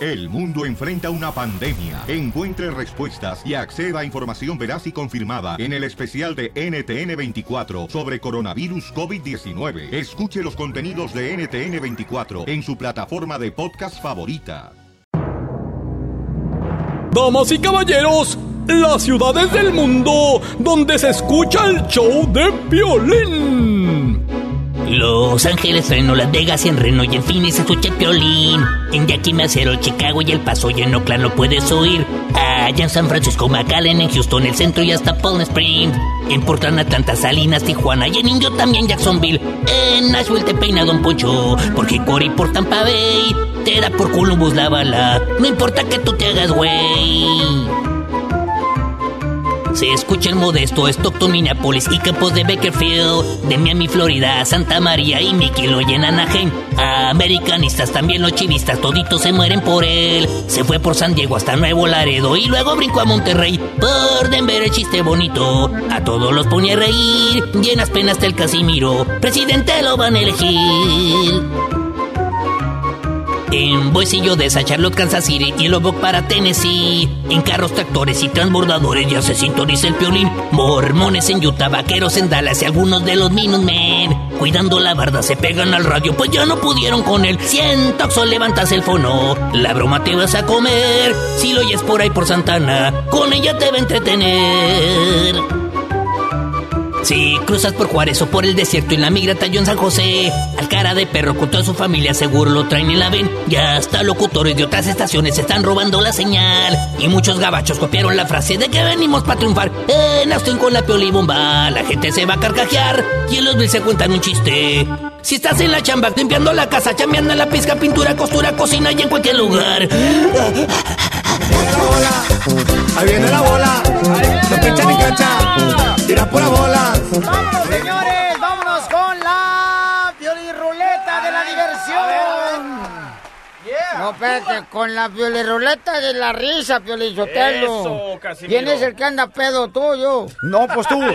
El mundo enfrenta una pandemia. Encuentre respuestas y acceda a información veraz y confirmada en el especial de NTN24 sobre coronavirus COVID-19. Escuche los contenidos de NTN24 en su plataforma de podcast favorita. Damas y caballeros, las ciudades del mundo donde se escucha el show de Piolín. Los Ángeles, Reno, Las Vegas y en Reno y en Phoenix se escucha Piolín. En Yakima, Cero, Chicago y El Paso y en Oakland lo puedes oír. Allá en San Francisco, McAllen, en Houston, el centro y hasta Palm Springs. En Portland, Atlanta, Salinas, Tijuana y en Indio también Jacksonville. En Nashville te peina Don Poncho, porque Corey por Tampa Bay te da por Columbus la bala. No importa que tú te hagas güey. Se escucha en Modesto, Stockton, Minneapolis y Campos de Bakersfield, de Miami, Florida, Santa María y Mickey lo en Anaheim. Americanistas, también los chivistas, toditos se mueren por él. Se fue por San Diego hasta Nuevo Laredo y luego brincó a Monterrey. Por Denver el chiste bonito, a todos los pone a reír. Llenas penas del Casimiro, presidente lo van a elegir. En Boise y Odessa, Charlotte, Kansas City y Lubbock para Tennessee. En carros, tractores y transbordadores ya se sintoniza el Piolín. Mormones en Utah, vaqueros en Dallas y algunos de los Minutemen. Cuidando la barda se pegan al radio, pues ya no pudieron con él. Si en Tucson levantas el fono, la broma te vas a comer. Si lo oyes por ahí por Santana, con ella te va a entretener. Si cruzas por Juárez o por el desierto en la migra Tallón en San José, al cara de perro con toda su familia seguro lo traen y la ven. Ya hasta locutores de otras estaciones están robando la señal. Y muchos gabachos copiaron la frase de que venimos para triunfar. En Austin con la Piolibomba la gente se va a carcajear. Y en los Bills se cuentan un chiste. Si estás en la chamba, limpiando la casa, chambeando en la pizca, pintura, costura, cocina y en cualquier lugar. Ahí viene la bola, no pinchan ni cancha, tira pura bola. Vámonos, señores, vámonos con la Piolirruleta de la diversión. No, espérate, con la Piolirruleta de la risa, Piolizotelo. Eso, Casimiro. ¿Quién es el que anda pedo, tú o yo? No, pues tú,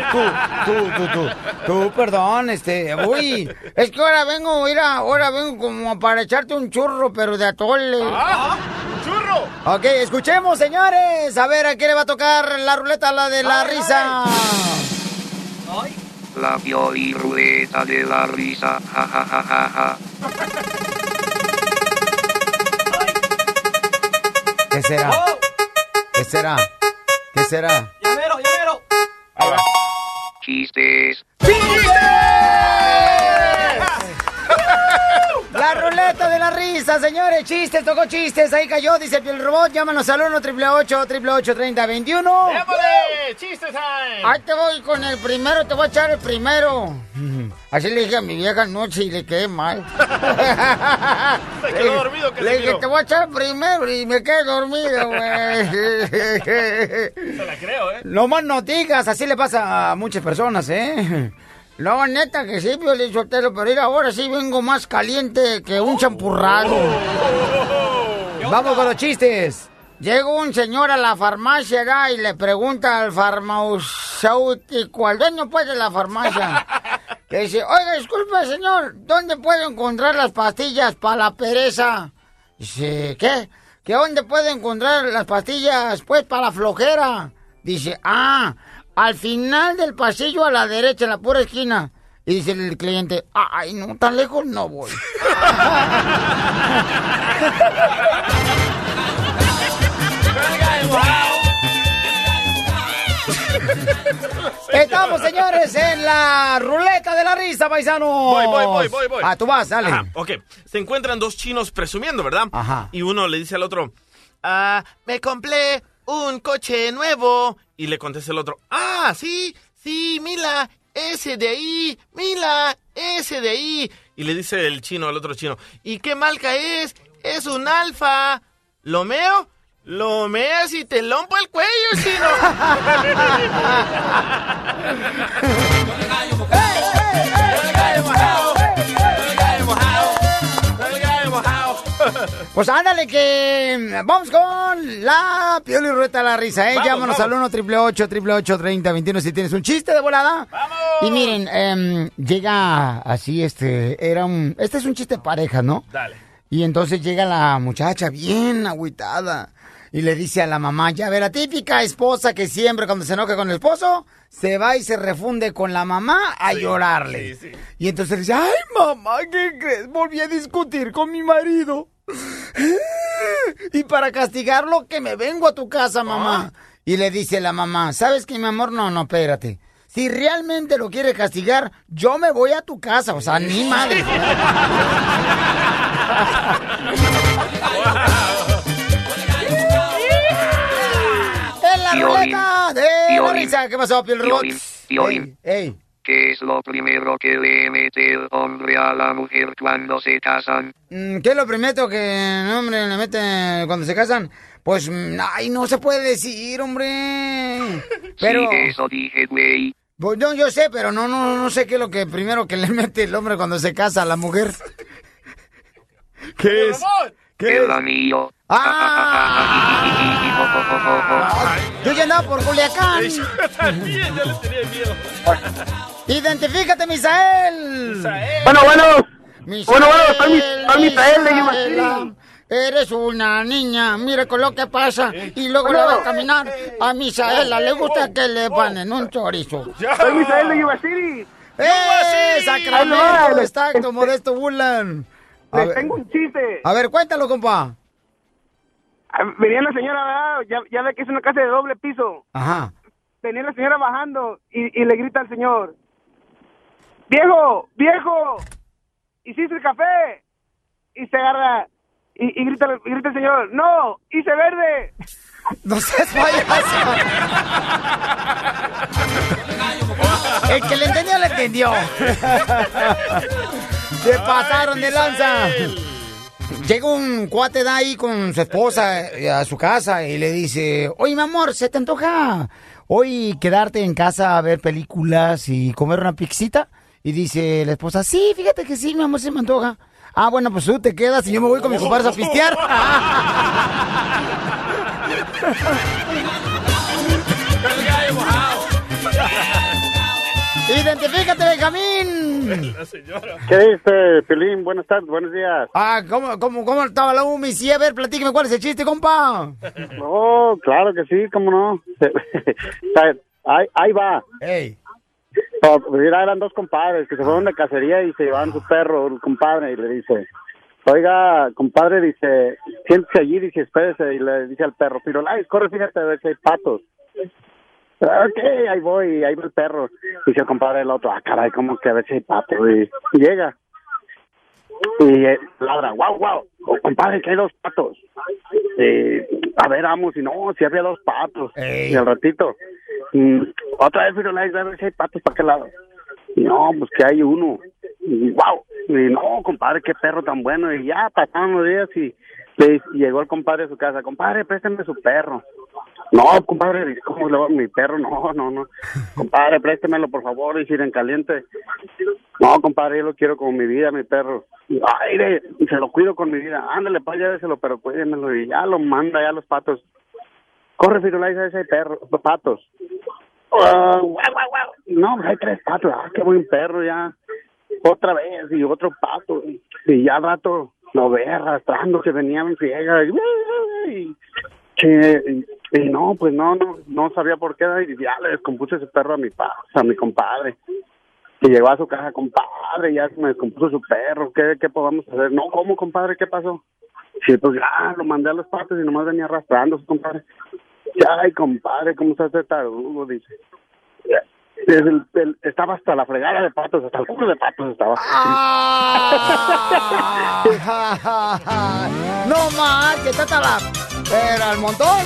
perdón, uy. Es que ahora vengo, mira, ahora vengo como para echarte un churro, pero de atole. ¡Ah! ¡Churro! Ok, escuchemos, señores. A ver, ¿a quién le va a tocar la ruleta, la de la risa? Ay. La Pioliruleta de la risa, ja, ja, ja, ja, ja. ¿Qué será? Oh. ¿Qué será? ¿Qué será? ¡Llamero! Ahora. Chistes. La ruleta de la risa, señores. Chistes, tocó chistes. Ahí cayó, dice el Piolirobot. Llámanos al 1-888-888-3021. ¡Llámale! ¡Chistes time! Ahí te voy con el primero, te voy a echar el primero. Así le dije a mi vieja anoche y le quedé mal. Se quedó dormido, que le dije, te voy a echar el primero y me quedé dormido, güey. Se la creo, ¿eh? No más no digas, así le pasa a muchas personas, ¿eh? No, neta que sí, Piolizotelo, pero mira, ahora sí vengo más caliente que un champurrado. Vamos con los chistes. Llega un señor a la farmacia, ¿verdad? Y le pregunta al farmacéutico, al dueño pues de la farmacia, que dice, oiga, disculpe señor, ¿dónde puedo encontrar las pastillas para la pereza? Dice, ¿qué? ¿Que dónde puedo encontrar las pastillas pues para la flojera? Dice, al final del pasillo a la derecha, en la pura esquina. Y dice el cliente, ay, no, tan lejos no voy. Estamos, señores, en la ruleta de la risa, paisanos. Voy. Tú vas, dale. Ajá, ok. Se encuentran dos chinos presumiendo, ¿verdad? Ajá. Y uno le dice al otro, me compré un coche nuevo. Y le contesta el otro, sí, mira, ese de ahí, mira, ese de ahí. Y le dice el chino al otro chino, ¿y qué marca es? Es un Alfa. ¿Lo meo? Lo meas y te lompo el cuello, chino. Pues ándale que vamos con la Pioliruleta de la risa, Llámanos al 1-888-888-3021 si tienes un chiste de volada. ¡Vamos! Y miren, llega así, este es un chiste de pareja, ¿no? Dale. Y entonces llega la muchacha bien agüitada y le dice a la mamá, ya ve, la típica esposa que siempre cuando se enoja con el esposo, se va y se refunde con la mamá a llorarle. Sí. Y entonces le dice, ay, mamá, ¿qué crees? Volví a discutir con mi marido. Y para castigarlo, que me vengo a tu casa, mamá. Y le dice la mamá, ¿sabes qué, mi amor? No, espérate. Si realmente lo quiere castigar, yo me voy a tu casa. O sea, ni madre. En la ruleta de la risa. ¿Qué pasó, Piel Robot? Ey. ¿Qué es lo primero que le mete el hombre a la mujer cuando se casan? ¿Qué es lo primero que el hombre le mete cuando se casan? Pues, ay, no se puede decir, hombre. Pero... Sí, eso dije, güey. Pues no, yo sé, pero no sé qué es lo que primero que le mete el hombre cuando se casa a la mujer. ¿Qué es? ¿Qué el es? anillo. Yo ya andaba por Culiacán. Yo también, ya le tenía miedo. Identifícate, Misael. Bueno. Misael, soy Misael de Yumacili. Eres una niña, mire con lo que pasa. Y luego le va a caminar. A Misaela le gusta que le panen un chorizo. Soy Misael de Yumacili. Sacramento, exacto, Modesto Bulan. Les tengo un chiste. A ver, cuéntalo, compa. Venía la señora, ¿verdad? Ya ve que es una casa de doble piso. Ajá. Venía la señora bajando y le grita al señor, ¡Viejo! ¿Hiciste el café? Y se agarra y grita el señor, ¡no! ¡Hice verde! No seas payaso. El que le entendió. Se pasaron de lanza. Llega un cuate de ahí con su esposa a su casa y le dice, oye, mi amor, ¿se te antoja hoy quedarte en casa a ver películas y comer una pixita? Y dice la esposa, sí, fíjate que sí, mi amor, se me antoja. Ah, bueno, pues tú te quedas y yo me voy con mis compadres a pistear. ¡Identifícate, Benjamín! ¿Qué dice, Pilín? Buenas tardes, buenos días. Ah, ¿cómo estaba la UMI? Sí, a ver, platíqueme cuál es el chiste, compa. Oh, claro que sí, cómo no. Ahí va. Ey. Mira, eran dos compadres que se fueron de cacería y se llevaban su perro, el compadre, y le dice, oiga, compadre, dice, siéntese allí, dice, espérese, y le dice al perro, Firulais, corre, fíjate a ver si hay patos. Ok, ahí voy, ahí va el perro. Dice el compadre el otro, caray, ¿cómo que a ver si hay patos? Y llega. Y ladra, guau, compadre, que hay dos patos. A ver, vamos, y no, si había dos patos. Ey. Y al ratito, otra vez Firulais, a ver si hay patos para qué lado. Y no, pues que hay uno. Y guau, y no, compadre, qué perro tan bueno. Y ya pasaron los días y llegó el compadre a su casa, compadre, préstame su perro. No, compadre, ¿cómo le va mi perro? No. Compadre, préstemelo, por favor, y si en caliente. No, compadre, yo lo quiero como mi vida, mi perro. Ay, se lo cuido con mi vida. Ándale, pa, lléveselo, pero cuídemelo. Y ya lo manda ya a los patos. Corre, Firulais, a ese perro, patos. Guau. No, hay tres patos. Qué buen perro, ya. Otra vez, y otro pato. Y ya al rato lo ve arrastrándose, venía en friega. Y no, pues no sabía por qué, y ya le descompuse ese perro a mi compadre. Y llegó a su casa, compadre, ya se me descompuso su perro, ¿qué podamos hacer? No, ¿cómo, compadre? ¿Qué pasó? Sí, pues ya, lo mandé a los patos y nomás venía arrastrándose, compadre. Ay, compadre, ¿cómo está este tarugo? Dice. Estaba hasta la fregada de patos, hasta el culo de patos estaba. No más, que está la... Pero al montón.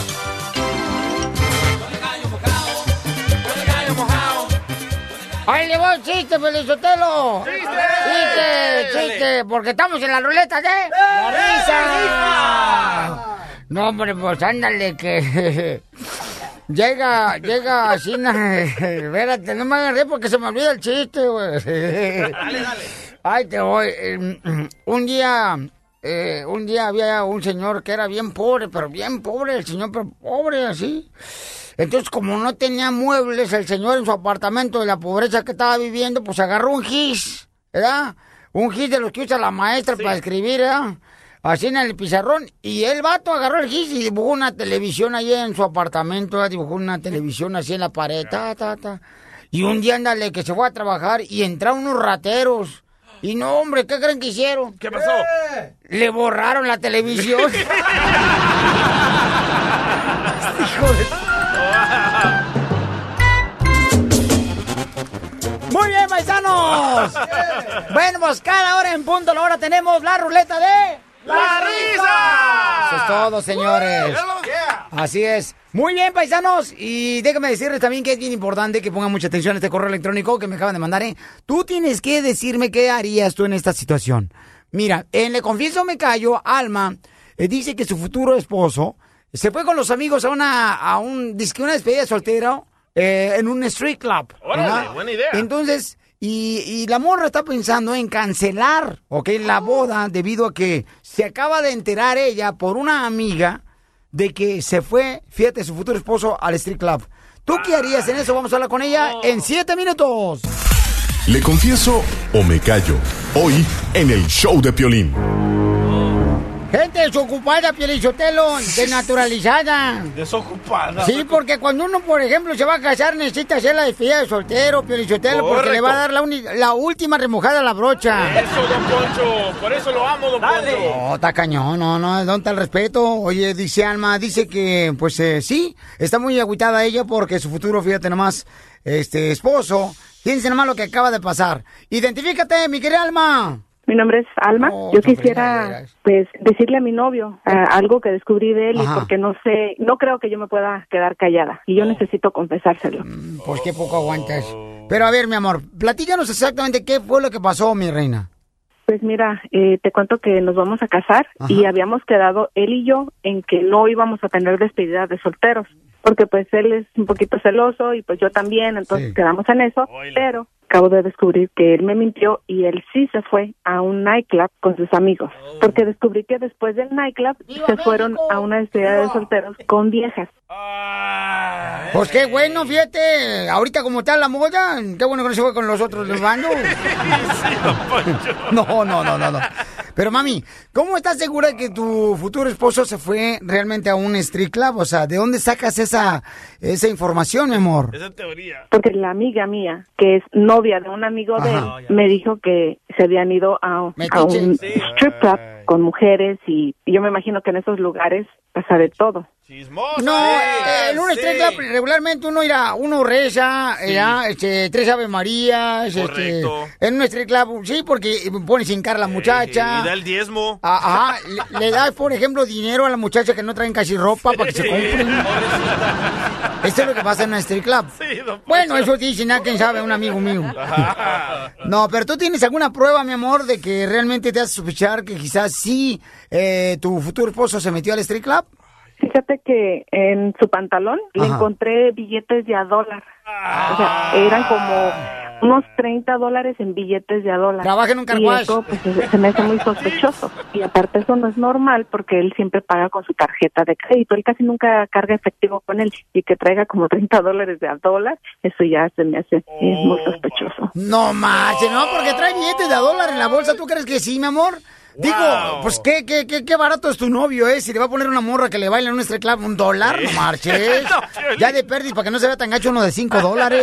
¡Ahí le va un chiste, Pelizotelo! ¡Chiste! Porque estamos en la ruleta de... ¡La risa! No, hombre, pues ándale, que... Llega así, espérate, no me agarré porque se me olvida el chiste, güey. Dale. Ay, te voy. Un día había un señor que era bien pobre, el señor, pero pobre así. Entonces, como no tenía muebles, el señor en su apartamento de la pobreza que estaba viviendo, pues agarró un gis, ¿verdad? un gis de los que usa la maestra para escribir, así en el pizarrón. Y el vato agarró el gis y dibujó una televisión ahí en su apartamento, dibujó una televisión así en la pared, Y un día, ándale, que se fue a trabajar y entraron unos rateros. Y no, hombre, ¿qué creen que hicieron? ¿Qué pasó? Le borraron la televisión. Muy bien, paisanos. Bueno, pues cada hora en punto la hora tenemos la ruleta de... ¡La risa! Eso es todo, señores. Así es. Muy bien, paisanos. Y déjame decirles también que es bien importante que pongan mucha atención a este correo electrónico que me acaban de mandar, Tú tienes que decirme qué harías tú en esta situación. Mira, en Le Confieso Me Callo, Alma dice que su futuro esposo se fue con los amigos a una despedida de soltero en un street club. Órale, buena idea. Entonces... Y la morra está pensando en cancelar, la boda debido a que se acaba de enterar ella por una amiga de que se fue, fíjate, su futuro esposo al street club. ¿Tú qué harías en eso? Vamos a hablar con ella en 7 minutos. Le confieso o me callo. Hoy en el show de Piolín. Gente desocupada, Pielichotelo, desnaturalizada. Desocupada. Sí, porque cuando uno, por ejemplo, se va a casar, necesita hacer la despedida de soltero, Pielichotelo, porque le va a dar la última remojada a la brocha. Eso, don Poncho. Por eso lo amo, don Poncho. No, está cañón, no, ¿dónde está el respeto? Oye, dice Alma, dice que, pues, sí, está muy agüitada ella porque su futuro, fíjate nomás, esposo, fíjense nomás lo que acaba de pasar. Identifícate, mi querida Alma. Mi nombre es Alma. Yo quisiera, pues, decirle a mi novio algo que descubrí de él. Ajá. Y porque no creo que yo me pueda quedar callada. Y yo necesito confesárselo. Pues qué poco aguantas. Pero a ver, mi amor, platícanos exactamente qué fue lo que pasó, mi reina. Pues mira, te cuento que nos vamos a casar. Ajá. Y habíamos quedado, él y yo, en que no íbamos a tener despedida de solteros. Porque pues él es un poquito celoso y pues yo también, entonces quedamos en eso. Pero acabo de descubrir que él me mintió y él sí se fue a un nightclub con sus amigos. Porque descubrí que después del nightclub se fueron a una despedida de solteros con viejas. Pues qué bueno, fíjate, ahorita como está la moda, qué bueno que no se fue con los otros del bando. No. Pero mami, ¿cómo estás segura que tu futuro esposo se fue realmente a un street club? O sea, ¿de dónde sacas esa información, mi amor? Esa teoría. Porque la amiga mía, que es novia de un amigo de él, me dijo que se habían ido a un strip club con mujeres y yo me imagino que en esos lugares pasa de todo. Chismosa. No, en un street club regularmente uno reza, 3 Ave Marías, en un street club, sí, porque pone sin cara a la muchacha. Y da el diezmo. Ajá, le da, por ejemplo, dinero a la muchacha que no traen casi ropa para que se compren. Esto es lo que pasa en un street club. Sí, bueno, eso dice, nada, quién sabe, un amigo mío. No, pero ¿tú tienes alguna prueba, mi amor, de que realmente te hace sospechar que quizás sí tu futuro esposo se metió al street club? Fíjate que en su pantalón le encontré billetes de $1. O sea, eran como unos $30 en billetes de $1. Trabaja en un car wash. Y eso pues, se me hace muy sospechoso. Y aparte eso no es normal porque él siempre paga con su tarjeta de crédito. Él casi nunca carga efectivo con él. Y que traiga como $30 de $1, eso ya se me hace es muy sospechoso. No manches, no, porque trae billetes de $1 en la bolsa. ¿Tú crees que sí, mi amor? Digo, pues qué barato es tu novio, Si le va a poner una morra que le baila en un street club $1, no marches. Ya de perdis para que no se vea tan gacho uno de $5.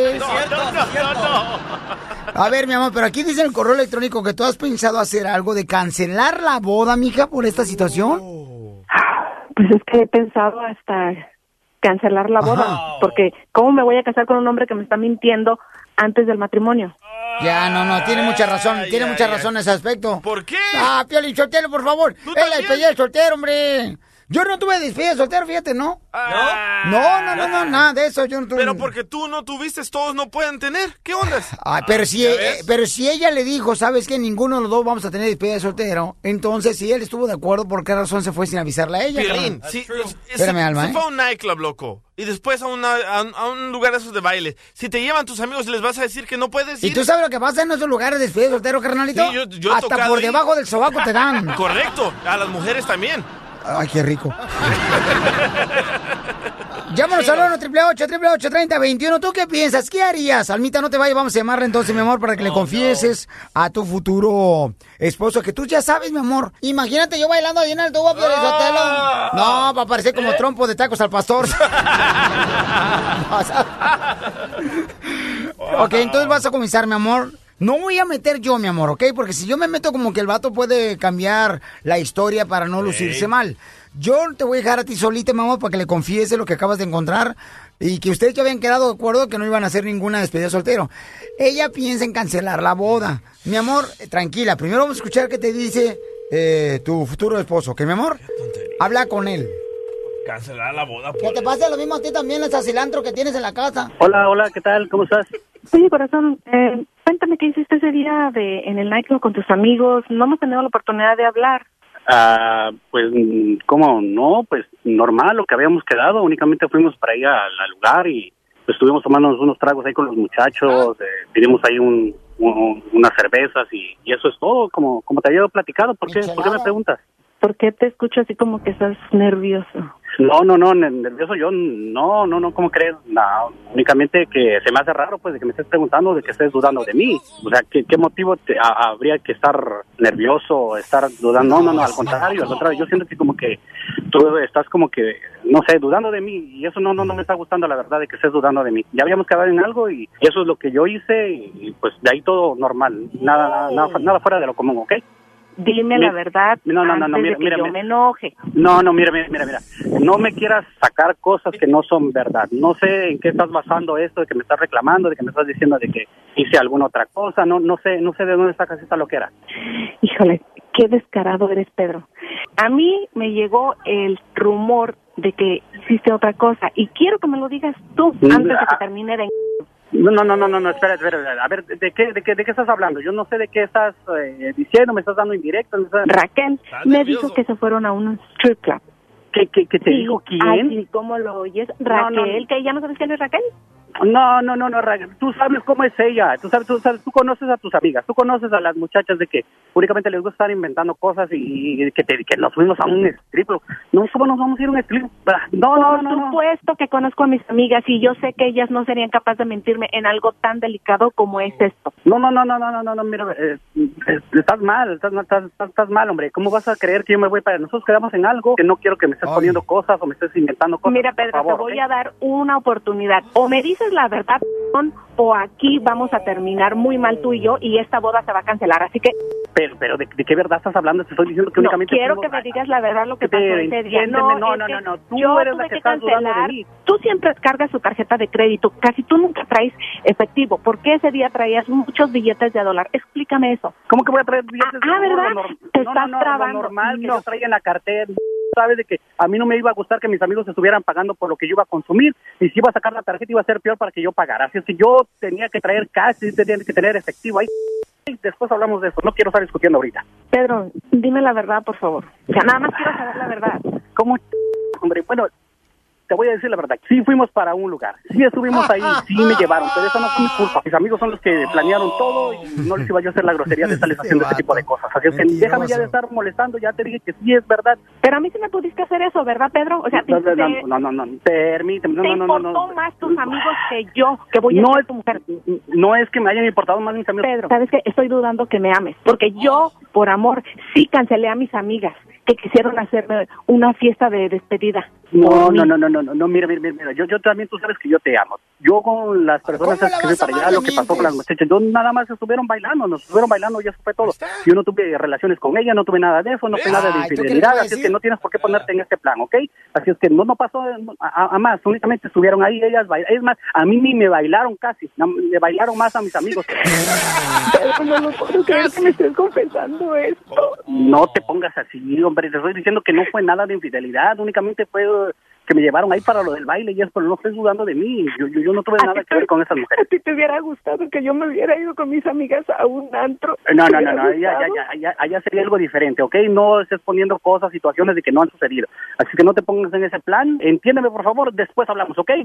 A ver, mi amor, pero aquí dice en el correo electrónico que tú has pensado hacer algo de cancelar la boda, mija, por esta situación. Pues es que he pensado hasta cancelar la boda, porque ¿cómo me voy a casar con un hombre que me está mintiendo antes del matrimonio? Ya, no, tiene mucha razón, mucha razón en ese aspecto. ¿Por qué? Piolín Sotelo, por favor. Es la despedida de soltero, hombre. Yo no tuve despedida de soltero, fíjate, ¿no? No, nada de eso, yo no tuve. Pero porque tú no tuviste, todos no pueden tener. ¿Qué onda? Pero si ella le dijo, ¿sabes qué? Ninguno de los dos vamos a tener despedida de soltero. Entonces, si él estuvo de acuerdo, ¿por qué razón se fue sin avisarle a ella? Piolín, espérame, Alma, se fue a un nightclub, loco. Y después a un lugar de esos de baile. Si te llevan tus amigos, ¿les vas a decir que no puedes ir? ¿Y tú sabes lo que pasa en esos lugares de despedida de soltero, carnalito? Sí, yo he hasta por debajo del sobaco te dan. Correcto, a las mujeres también. Ay, qué rico. Llámanos al 1-888-888-3021. ¿Tú qué piensas? ¿Qué harías? Almita, no te vayas, vamos a llamarla entonces, mi amor, para que le confieses a tu futuro esposo, que tú ya sabes, mi amor. Imagínate yo bailando ahí en el tubo, Piolín Sotelo. No, va a parecer como trompo de tacos al pastor. Ok, entonces vas a comenzar, mi amor. No voy a meter yo, mi amor, ¿ok? Porque si yo me meto, como que el vato puede cambiar la historia para no lucirse mal. Yo te voy a dejar a ti solita, mi amor, para que le confiese lo que acabas de encontrar y que ustedes ya habían quedado de acuerdo que no iban a hacer ninguna despedida de soltero. Ella piensa en cancelar la boda. Mi amor, tranquila, primero vamos a escuchar qué te dice tu futuro esposo, ¿ok, mi amor? Habla con él. Cancelar la boda. Que te pase lo mismo a ti también, ese cilantro que tienes en la casa. Hola, ¿qué tal? ¿Cómo estás? Oye, corazón, cuéntame qué hiciste ese día en el nightclub con tus amigos. No hemos tenido la oportunidad de hablar. Pues, ¿cómo no? Pues normal, lo que habíamos quedado. Únicamente fuimos para ir al lugar y pues estuvimos tomando unos tragos ahí con los muchachos. Pedimos ahí unas cervezas y eso es todo, como te había platicado. ¿Por qué me preguntas? ¿Por qué te escucho así como que estás nervioso? No, nervioso yo, no, ¿cómo crees? No, únicamente que se me hace raro, pues, de que me estés preguntando, de que estés dudando de mí. O sea, ¿qué motivo habría que estar nervioso, estar dudando? No, al contrario, yo siento que como que tú estás como que, no sé, dudando de mí, y eso no me está gustando, la verdad, de que estés dudando de mí. Ya habíamos quedado en algo, y eso es lo que yo hice, y pues de ahí todo normal, nada fuera de lo común, ¿ok? Dime la verdad antes de que yo me enoje. No, mira. No me quieras sacar cosas que no son verdad. No sé en qué estás basando esto, de que me estás reclamando, de que me estás diciendo de que hice alguna otra cosa. No sé de dónde sacas esta loquera. Híjole, qué descarado eres, Pedro. A mí me llegó el rumor de que hiciste otra cosa y quiero que me lo digas tú antes de que termine de... No, espera. A ver, ¿de qué estás hablando? Yo no sé de qué estás diciendo, me estás dando indirecto. Raquel me dijo que se fueron a un strip club. ¿Qué te dijo quién? Ay, ¿cómo lo oyes? Raquel, ¿que ya no sabes quién es Raquel? No, Raquel, tú sabes cómo es ella, tú conoces a tus amigas, tú conoces a las muchachas de que únicamente les gusta estar inventando cosas y que nos fuimos a un strip club. No, ¿cómo nos vamos a ir a un strip? No. Por supuesto que conozco a mis amigas y yo sé que ellas no serían capaces de mentirme en algo tan delicado como es esto. No, mira, estás mal, hombre. ¿Cómo vas a creer que yo me voy para... Nosotros quedamos en algo que no quiero que me estés poniendo cosas o me estés inventando cosas. Mira, Pedro, te voy a dar una oportunidad. O me dices la verdad, o aquí vamos a terminar muy mal tú y yo y esta boda se va a cancelar, así que... Pero ¿de qué verdad estás hablando? Te estoy diciendo que únicamente... quiero que me digas la verdad lo que pasó ese día. No, tú eres la que estás dudando de mí. Tú siempre cargas tu tarjeta de crédito, casi tú nunca traes efectivo. ¿Por qué ese día traías muchos billetes de $1? Explícame eso. ¿Cómo que voy a traer billetes de $1? ¿Verdad? Te estás trabando. Lo normal que yo traía en la cartera... Sabes de que a mí no me iba a gustar que mis amigos estuvieran pagando por lo que yo iba a consumir, y si iba a sacar la tarjeta iba a ser peor para que yo pagara. Así es que yo tenía que traer cash, tenía que tener efectivo ahí. Después hablamos de eso, no quiero estar discutiendo ahorita. Pedro, dime la verdad, por favor. O sea, nada más quiero saber la verdad. ¿Cómo, hombre? Bueno, te voy a decir la verdad. Sí fuimos para un lugar, sí estuvimos ahí, sí me llevaron, pero eso no fue mi culpa. Mis amigos son los que planearon todo y no les iba yo a hacer la grosería de estarles haciendo ese tipo de cosas. Así es que déjame ya de estar molestando, ya te dije que sí es verdad. Pero a mí sí me pudiste hacer eso, ¿verdad, Pedro? O sea, no, permíteme. ¿Te importó más tus amigos que yo, que voy a ser tu mujer? No es que me hayan importado más mis amigos. Pedro, ¿sabes qué? Estoy dudando que me ames, porque yo, por amor, sí cancelé a mis amigas que quisieron hacerme una fiesta de despedida. No, mira, yo también, tú sabes que yo te amo. Yo con las personas que fui para allá, lo que pasó con las muchachas, yo nada más nos estuvieron bailando y eso fue todo. Yo no tuve relaciones con ella, no tuve nada de eso, no fue nada de infidelidad, así es que no tienes por qué ponerte en este plan, ¿ok? Así es que no pasó a más, únicamente estuvieron ahí ellas bailando. Es más, a mí ni me bailaron casi, me bailaron más a mis amigos. No puedo creer que me estés confesando esto. No te pongas así, hombre, te estoy diciendo que no fue nada de infidelidad, únicamente fue que me llevaron ahí para lo del baile y eso, pero no estés dudando de mí. Yo no tuve nada que ver con esas mujeres. ¿A ti te hubiera gustado que yo me hubiera ido con mis amigas a un antro? No, allá sería algo diferente, ¿ok? No estés poniendo cosas, situaciones de que no han sucedido. Así que no te pongas en ese plan. Entiéndeme, por favor, después hablamos, ¿ok?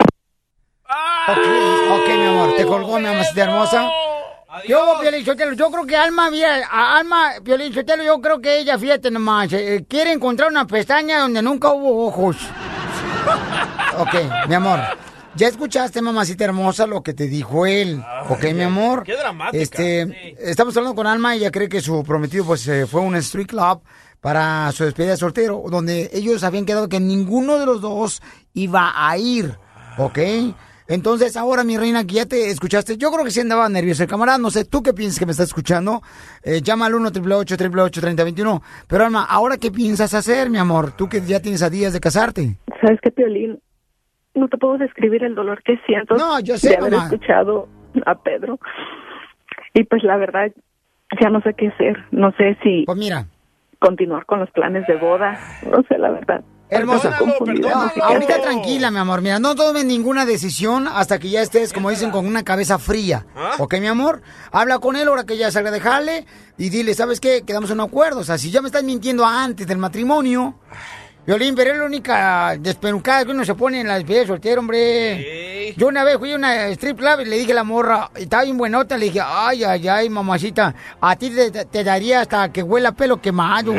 Ok, mi amor, te colgó, mi mamacita hermosa. Yo, Piolín Sotelo, yo creo que Alma, Piolín Sotelo, yo creo que ella, fíjate nomás, quiere encontrar una pestaña donde nunca hubo ojos. Ok, mi amor. Ya escuchaste, mamacita hermosa, lo que te dijo él. Ok, mi amor. Qué dramática. Estamos hablando con Alma y ella cree que su prometido pues fue a un street club para su despedida de soltero, donde ellos habían quedado que ninguno de los dos iba a ir. Ok. Entonces, ahora, mi reina, que ya te escuchaste, yo creo que sí andaba nervioso el camarada, no sé, ¿tú qué piensas que me estás escuchando? Llama al 1-888-888-3021. Pero, Alma, ¿ahora qué piensas hacer, mi amor? Tú que ya tienes a días de casarte. ¿Sabes qué, Piolín? No te puedo describir el dolor que siento yo sé, de haber mamá. escuchado a Pedro. Y pues la verdad, ya no sé qué hacer. No sé si pues mira, continuar con los planes de boda. No sé, la verdad. Hermosa, Perdónalo. ahorita tranquila, mi amor. Mira, no tomes ninguna decisión hasta que ya estés, como dicen, con una cabeza fría. ¿Ok, mi amor? Habla con él ahora que ya salga de jale y dile, ¿sabes qué? Quedamos en un acuerdo. O sea, si ya me estás mintiendo antes del matrimonio... Violín, pero es la única despelucada que uno se pone en la despedida de soltero, hombre. Yo una vez fui a una strip club y le dije a la morra, estaba bien buenota, le dije, ay, mamacita, a ti te daría hasta que huela pelo quemado.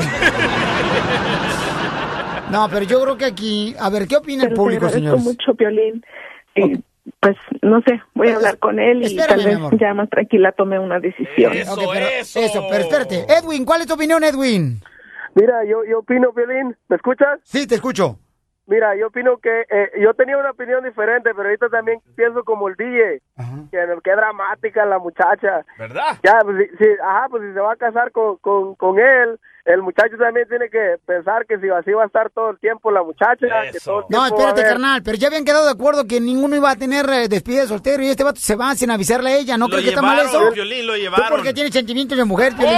No, pero yo creo que aquí, a ver, ¿qué opina el público, señores? Mucho, Piolín. Pues, no sé, voy a hablar con él y tal vez ya más tranquila tome una decisión. Pero espérate. Edwin, ¿cuál es tu opinión, Edwin? Mira, yo opino, Piolín, ¿me escuchas? Sí, te escucho. Mira, yo opino que yo tenía una opinión diferente, pero ahorita también pienso como el DJ, que dramática la muchacha. ¿Verdad? Ya, pues si se va a casar con él, el muchacho también tiene que pensar que si así va a estar todo el tiempo la muchacha. Que todo el No, tiempo espérate, va a haber... carnal, pero ya habían quedado de acuerdo que ninguno iba a tener despedida de soltero y este vato se va sin avisarle a ella. ¿No crees que está mal eso? Piolín, lo llevaron. Tú porque tienes sentimientos de mujer, Piolín.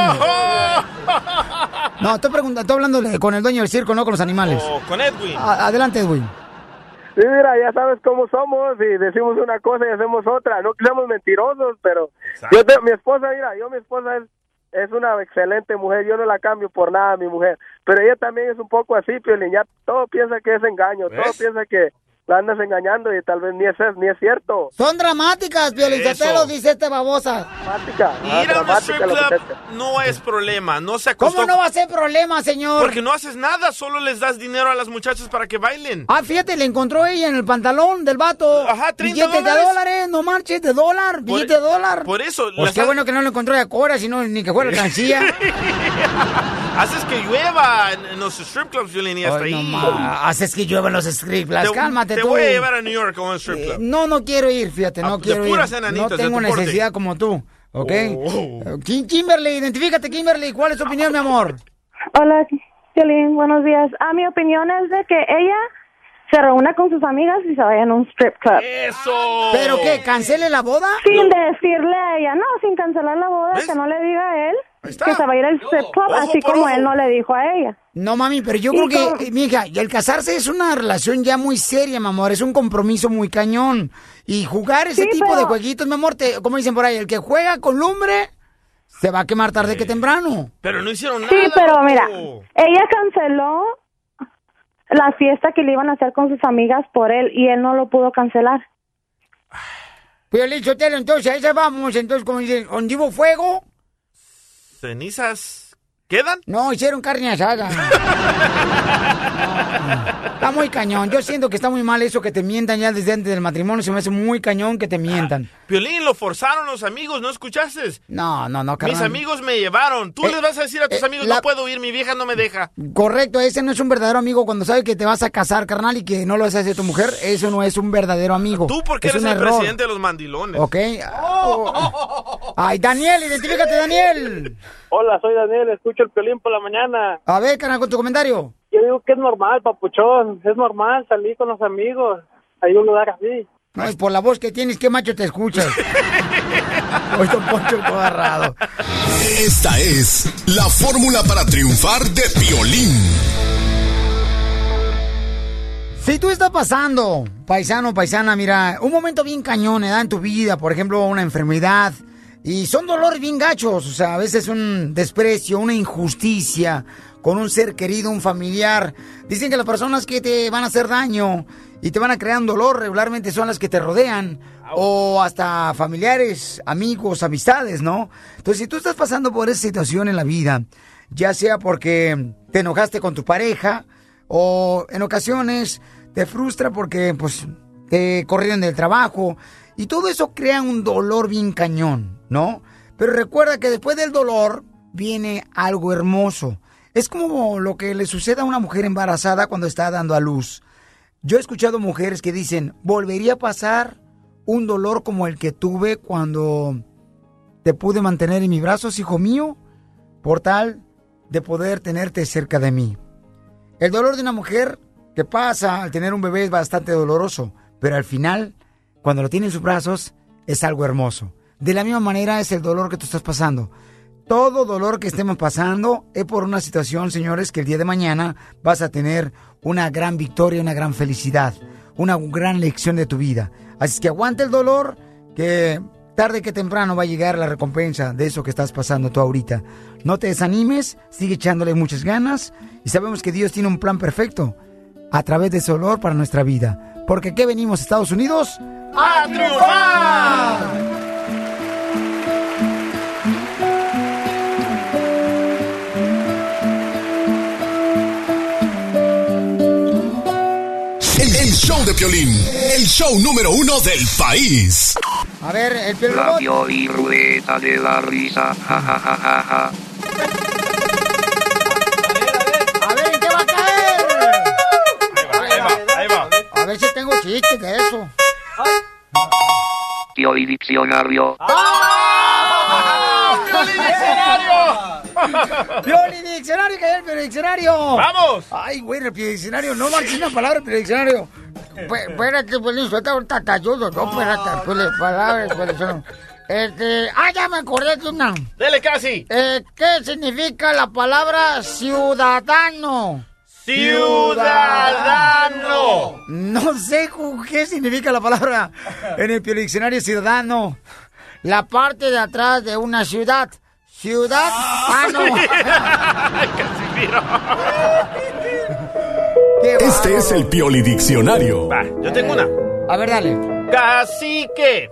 No, estoy hablando con el dueño del circo, no con los animales. Con Edwin. Adelante, Edwin. Sí, mira, ya sabes cómo somos y decimos una cosa y hacemos otra. No que seamos mentirosos, pero mi esposa es una excelente mujer. Yo no la cambio por nada, mi mujer. Pero ella también es un poco así, Piolín. Ya todo piensa que es engaño. ¿Ves? Todo piensa que la andas engañando y tal vez ni es cierto. Son dramáticas, Piolín. Te lo dice esta babosa. Dramática. Ir a un strip club no es problema. No se acostó. ¿Cómo no va a ser problema, señor? Porque no haces nada. Solo les das dinero a las muchachas para que bailen. Fíjate, le encontró ella en el pantalón del vato. Ajá, $30. Billetes de dólares, no marches, de dólar, billete de dólar. Por eso. Pues qué bueno que no lo encontró de Cora, sino ni que fuera alcancía. Haces que llueva en los strip clubs, Piolín, y hasta ahí. Haces que llueva en los strip clubs, cálmate tú. Te voy a llevar a New York a un strip club. No quiero ir, fíjate, no quiero ir. No tengo necesidad como tú, ¿ok? Kimberly, identifícate, Kimberly. ¿Cuál es tu opinión, mi amor? Hola, Piolín, buenos días. Mi opinión es de que ella se reúna con sus amigas y se vayan a un strip club. ¡Eso! ¿Pero qué, cancele la boda? Sin decirle a ella, no, sin cancelar la boda, que no le diga a él que se va a ir al strip club, así como él no le dijo a ella. No, mami, pero yo creo que, mija, el casarse es una relación ya muy seria, mi amor, es un compromiso muy cañón. Y jugar ese tipo de jueguitos, mi amor, como dicen por ahí, el que juega con lumbre se va a quemar tarde que temprano. Pero no hicieron nada. Sí, pero mira, ella canceló la fiesta que le iban a hacer con sus amigas por él y él no lo pudo cancelar. Piolín Sotelo, entonces a esa vamos, entonces como dicen, ¿donde hubo fuego? ¿Cenizas quedan? No, hicieron carne asada. Está muy cañón. Yo siento que está muy mal eso que te mientan ya desde antes del matrimonio. Se me hace muy cañón que te mientan. Piolín, lo forzaron los amigos, ¿no escuchaste? No, carnal. Mis amigos me llevaron. Tú les vas a decir a tus amigos, no puedo ir, mi vieja no me deja. Correcto, ese no es un verdadero amigo cuando sabe que te vas a casar, carnal, y que no lo vas a hacer tu mujer. Eso no es un verdadero amigo. Tú porque eres el presidente de los mandilones. Ok. Ay, Daniel, identifícate, Daniel. Hola, soy Daniel, escucho el Piolín por la mañana. A ver, carnal, con tu comentario. Yo digo que es normal, papuchón, es normal salir con los amigos. Hay un lugar así. No, es por la voz que tienes, ¿qué macho te escuchas? Hoy Don Poncho todo agarrado. Esta es la fórmula para triunfar de Piolín. Si tú estás pasando, paisano, paisana, mira, un momento bien cañón, en tu vida, por ejemplo, una enfermedad, y son dolores bien gachos, o sea, a veces un desprecio, una injusticia con un ser querido, un familiar. Dicen que las personas que te van a hacer daño y te van a crear un dolor regularmente son las que te rodean, o hasta familiares, amigos, amistades, ¿no? Entonces, si tú estás pasando por esa situación en la vida, ya sea porque te enojaste con tu pareja, o en ocasiones te frustra porque pues te corrieron del trabajo y todo eso crea un dolor bien cañón, ¿no? Pero recuerda que después del dolor viene algo hermoso. Es como lo que le sucede a una mujer embarazada cuando está dando a luz. Yo he escuchado mujeres que dicen, volvería a pasar un dolor como el que tuve cuando te pude mantener en mis brazos, hijo mío, por tal de poder tenerte cerca de mí. El dolor de una mujer que pasa al tener un bebé es bastante doloroso, pero al final, cuando lo tiene en sus brazos, es algo hermoso. De la misma manera es el dolor que tú estás pasando. Todo dolor que estemos pasando es por una situación, señores, que el día de mañana vas a tener una gran victoria, una gran felicidad, una gran lección de tu vida. Así que aguanta el dolor, que tarde que temprano va a llegar la recompensa de eso que estás pasando tú ahorita. No te desanimes, sigue echándole muchas ganas y sabemos que Dios tiene un plan perfecto a través de ese dolor para nuestra vida. Porque aquí venimos, Estados Unidos, ¡a triunfar! El show de Piolín, el show número 1 del país. A ver, el Piolín. La Piolín ruleta de la risa, ja, ja, ja, ja, ja. A ver, ¿en qué va a caer? Ahí va. A ver si tengo chistes de eso. Piolín Diccionario. ¡Piolín Diccionario! ¡Piolín Diccionario! ¡Que hay el Piolín Diccionario! ¡Vamos! Ay, güey, el Piolín Diccionario. No marches una palabra, el Piolín Diccionario. Espérate, Piolín, suelta ahorita te ayudo. No, espérate, Piolín, palabras, Piolín Diccionario. Ya me acordé de una. ¡Dele casi! ¿Qué significa la palabra ciudadano? ¡Ciudadano! No sé qué significa la palabra en el Piolín Diccionario ciudadano. La parte de atrás de una ciudad. Ciudad. No. Este es el Piolín Diccionario. Va, yo tengo una. A ver, dale. Cacique.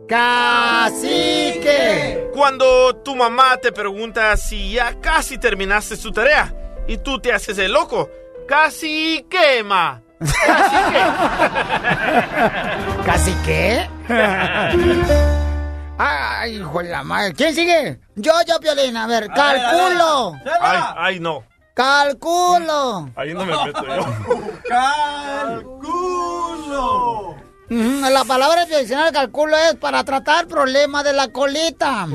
Cacique. Cuando tu mamá te pregunta si ya casi terminaste su tarea y tú te haces el loco. Cacique, ma. ¿Cacique? Ay, hijo de la madre. ¿Quién sigue? Yo, Piolín. A ver, calculo. Ay, no. Calculo. Ahí no me meto yo. Calculo. La palabra del diccionario de calculo es para tratar problemas de la colita.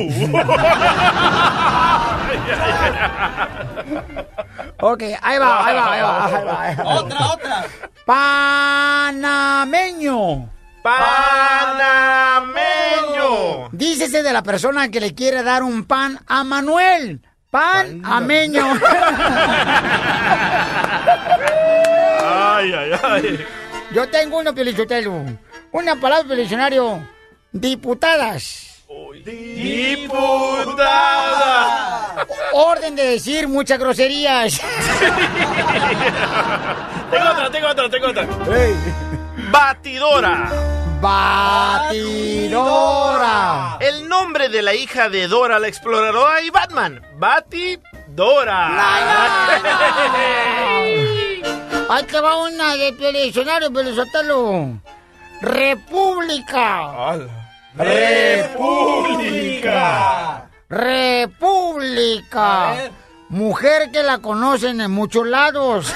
Ok, ahí va. Otra. Panameño. Dícese de la persona que le quiere dar un pan a Manuel. Panameño. Ay. Yo tengo uno, Piolichotelo. Una palabra del diccionario. Diputadas. Diputada. Orden de decir muchas groserías. Tengo otra. Batidora. El nombre de la hija de Dora la exploradora y Batman. Batidora. Ahí te va una de Piolichotelo, Piolichotelo. República. República. Mujer que la conocen en muchos lados.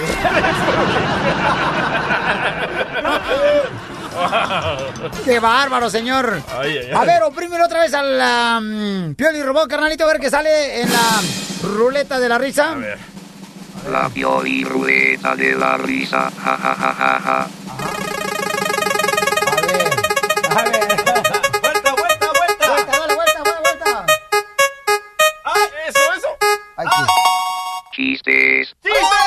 ¡Qué bárbaro, señor! A ver, oprímelo otra vez al Pioli Robot, carnalito, a ver qué sale en la ruleta de la risa. A ver. La Piolín ruleta de la risa, ja, ja, ja, ja, ja. A ver. Vuelta. Eso. Ay, sí. Chistes.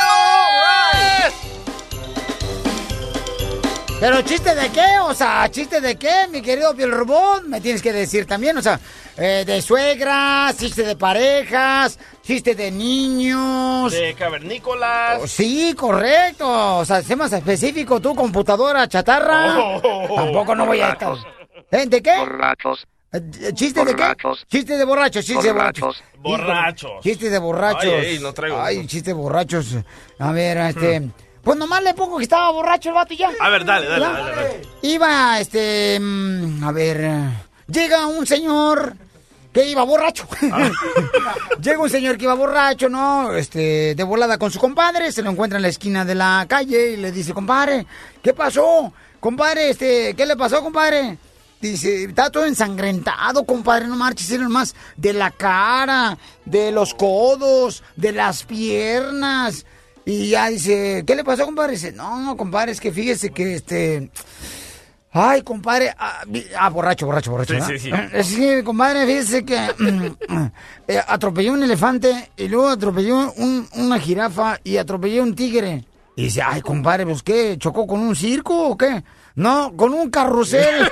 ¿Pero chiste de qué? O sea, ¿chiste de qué, mi querido Piel Robot? Me tienes que decir también, o sea, de suegras, chiste de parejas, chiste de niños. De cavernícolas. Sí, correcto. O sea, sé más específico, tú, computadora chatarra. Tampoco no voy a estar. ¿De qué? Borrachos. ¿Chiste de qué? Chiste de borrachos, chiste de borrachos. Borrachos. Chiste de borrachos. Ay, no traigo. Ay, chiste de borrachos. A ver, pues nomás le pongo que estaba borracho el vato y ya. A ver, dale. Iba, a ver, llega un señor que iba borracho. Llega un señor que iba borracho, ¿no? De volada con su compadre, se lo encuentra en la esquina de la calle y le dice, compadre, ¿qué pasó? Compadre, ¿qué le pasó, compadre? Dice, está todo ensangrentado, compadre, no marches, era nomás de la cara, de los codos, de las piernas. Y ya dice, ¿qué le pasó, compadre? Dice, no, compadre, es que fíjese que ay, compadre, borracho. Sí. Sí, compadre, fíjese que atropelló un elefante y luego atropelló una jirafa y atropelló un tigre. Y dice, ay, compadre, pues ¿qué? ¿Chocó con un circo o qué? No, con un carrusel.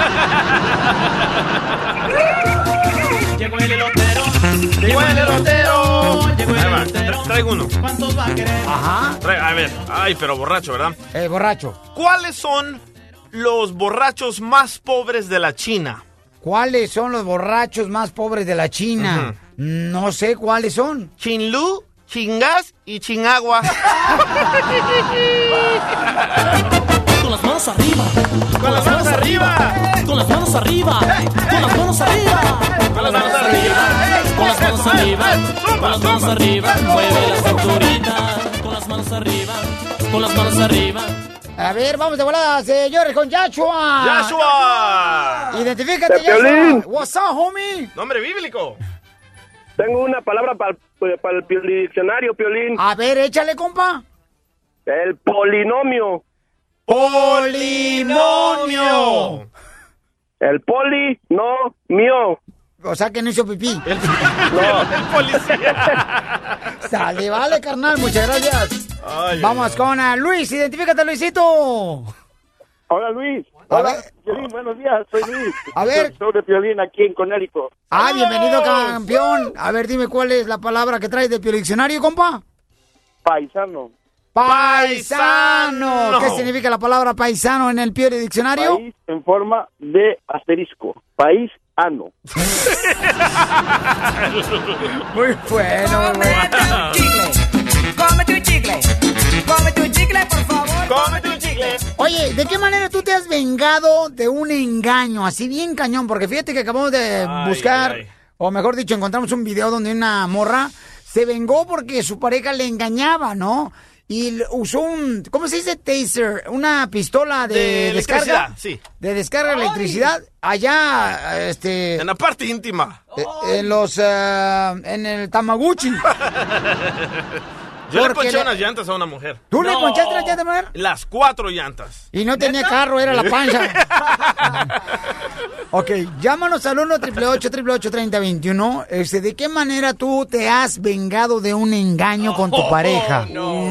Llegó el elotero. Traigo uno. ¿Cuántos va a querer? Ajá. A ver, pero borracho, ¿verdad? Borracho. ¿Cuáles son los borrachos más pobres de la China? ¿Cuáles son los borrachos más pobres de la China? No sé cuáles son. Chinlu, Chingas y Chinagua. Con las manos arriba. Con las manos arriba. Con las manos arriba. Con las manos arriba. Con las manos arriba. Con las manos arriba. Con las manos arriba. Mueve la cinturita. Con las manos arriba. Con las manos arriba. A ver, vamos de volada, señores, con Yashua. ¡Yashua! Identifícate, Piolín. Yashua. What's up, homie? Nombre bíblico. Tengo una palabra para el diccionario, Piolín. A ver, échale, compa. El polinomio. ¡Polinomio! El polinomio. O sea que no hizo pipí. No. El policía. Sale, vale, carnal, muchas gracias. Vamos con Luis, identifícate, Luisito. Hola, Luis. A Hola, ver. Piolín, buenos días, soy Luis. A ver. Soy de Piolín aquí en Connecticut. Bienvenido, campeón. A ver, dime cuál es la palabra que traes del Diccionario, compa. Paisano. Paisano. ¿Qué significa la palabra paisano en el Diccionario? País en forma de asterisco. País ano. Muy bueno. Cómete un chicle. Cómete un chicle, por favor. Cómete un chicle. Oye, ¿de qué manera tú te has vengado de un engaño? Así bien cañón, porque fíjate que acabamos de buscar, o mejor dicho, encontramos un video donde una morra se vengó porque su pareja le engañaba, ¿no? Y usó ¿cómo se dice? Taser, una pistola de descarga. Sí. De descarga de electricidad allá, en la parte íntima. En el Tamaguchi. Yo le ponché unas llantas a una mujer. ¿Tú le ponchaste las llantas, mujer? Las 4 llantas. Y no tenía carro, era la panza. Ok, llámanos al 1-888-888-3021. ¿De qué manera tú te has vengado de un engaño con tu pareja?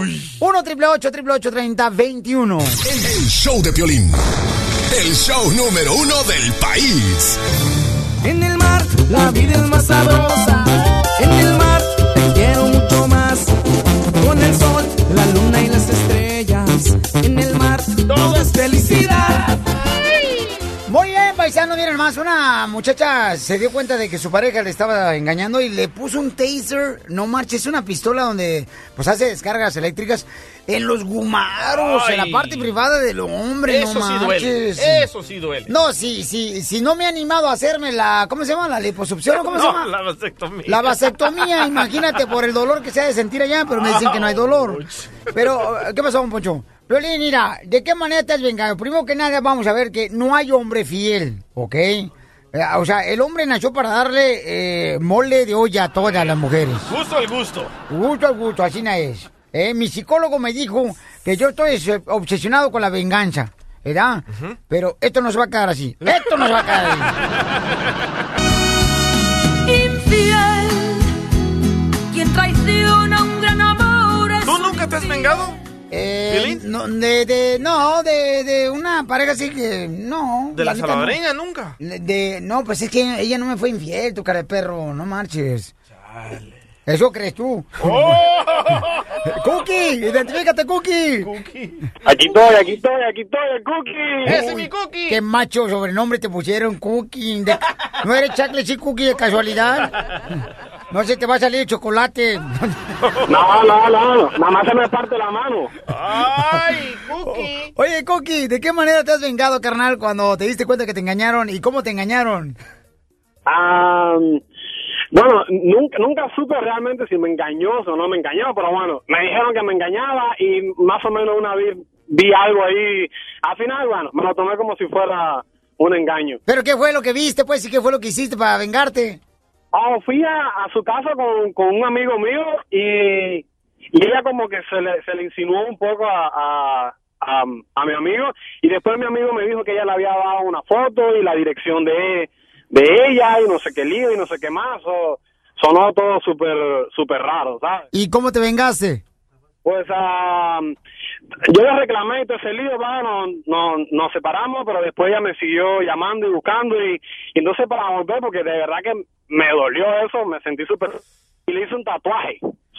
1-888-888-3021. El show de Piolín. El show número 1 del país. En el mar, la vida es más sabrosa. En el mar, te quiero mucho más. Con el sol, la luna y las estrellas. En el mar, todo es felicidad. Muy bien, paisano, miren más, una muchacha se dio cuenta de que su pareja le estaba engañando y le puso un taser, no marches, una pistola donde pues hace descargas eléctricas en los gumaros, en la parte privada del hombre, eso no sí marches. duele, eso sí duele. No, sí, no me he animado a hacerme ¿cómo se llama? ¿La liposucción o cómo se llama? La vasectomía. La vasectomía, imagínate por el dolor que se ha de sentir allá, pero me dicen que no hay dolor. Pero, ¿qué pasó, don Poncho? Piolín, mira, ¿de qué manera te has vengado? Primero que nada, vamos a ver que no hay hombre fiel, ¿ok? O sea, el hombre nació para darle mole de olla a todas las mujeres. Gusto al gusto. Gusto al gusto, así no es. Mi psicólogo me dijo que yo estoy obsesionado con la venganza, ¿verdad? Pero esto no se va a quedar así. Esto no se va a quedar así. Infiel, quien traiciona un gran amor. ¿Tú nunca te has vengado? No, de una pareja así que no. ¿De la salvadoreña no. nunca? No, pues es que ella no me fue infiel, tu cara de perro, no marches. Chale. Eso crees tú. Cookie, identifícate, Cookie. Aquí estoy, el Cookie. ¡Ese es mi Cookie! Qué macho sobrenombre te pusieron, Cookie. ¿No eres Chocolate Chip Cookie de casualidad? No se te va a salir el chocolate. No, nada más se me parte la mano. ¡Ay, Cookie! Oye, Cookie, ¿de qué manera te has vengado, carnal, cuando te diste cuenta que te engañaron y cómo te engañaron? Bueno, nunca supe realmente si me engañó o no me engañó, pero bueno, me dijeron que me engañaba y más o menos una vez vi algo ahí. Al final, bueno, me lo tomé como si fuera un engaño. ¿Pero qué fue lo que viste, pues, y qué fue lo que hiciste para vengarte? Fui a su casa con un amigo mío y ella como que se le insinuó un poco a mi amigo, y después mi amigo me dijo que ella le había dado una foto y la dirección de ella y no sé qué lío y no sé qué más. Sonó todo súper raro, ¿sabes? ¿Y cómo te vengaste? Pues yo le reclamé y todo ese lío, nos separamos, pero después ella me siguió llamando y buscando y entonces para volver, porque de verdad que me dolió eso, me sentí súper... Y le hice un tatuaje.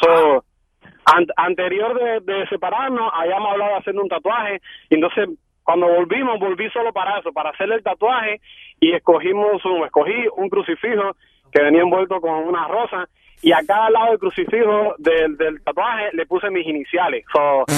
Anterior de separarnos, habíamos hablado de hacerle un tatuaje, y entonces cuando volví solo para eso, para hacerle el tatuaje, y escogí un crucifijo que venía envuelto con una rosa, y a cada lado del crucifijo del tatuaje le puse mis iniciales.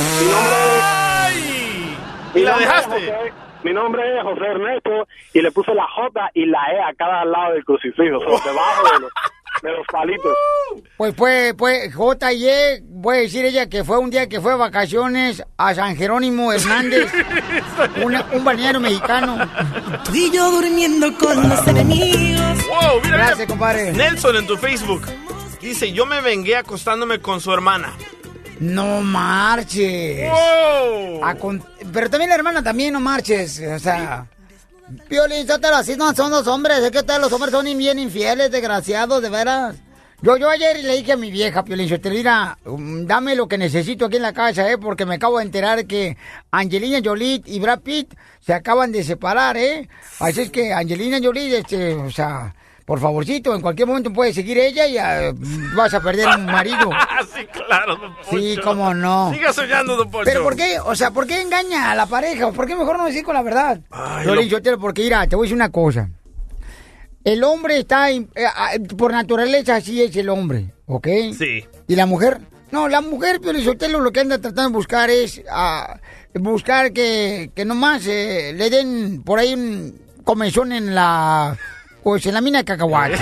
Mi nombre es José Ernesto, y le puse la J y la E a cada lado del crucifijo, debajo de los palitos. Pues J y E, puede decir ella que fue un día que fue de vacaciones a San Jerónimo Hernández, un balneario mexicano. Tú y yo durmiendo con los enemigos. Wow, mira, gracias, compadre. Nelson en tu Facebook dice, yo me vengué acostándome con su hermana. No marches. Wow. Pero también la hermana también, no marches. O sea, Piolín, así no son los hombres. Es que ustedes los hombres son bien infieles, desgraciados, de veras. Yo ayer le dije a mi vieja, Piolín, mira, dame lo que necesito aquí en la casa, porque me acabo de enterar que Angelina Jolie y Brad Pitt se acaban de separar, Así es que Angelina Jolie, o sea... Por favorcito, en cualquier momento puede seguir ella y vas a perder un marido. Sí, claro, don Poncho. Sí, cómo no. Siga soñando, don Poncho. Pero ¿por qué? O sea, ¿por qué engaña a la pareja? ¿Por qué mejor no decir con la verdad? Porque mira, te voy a decir una cosa. El hombre está, por naturaleza así es el hombre, ¿ok? Sí. ¿Y la mujer? No, la mujer, Pio Lizotelo, lo que anda tratando de buscar es buscar que nomás le den por ahí un comezón en la mina de cacahuate.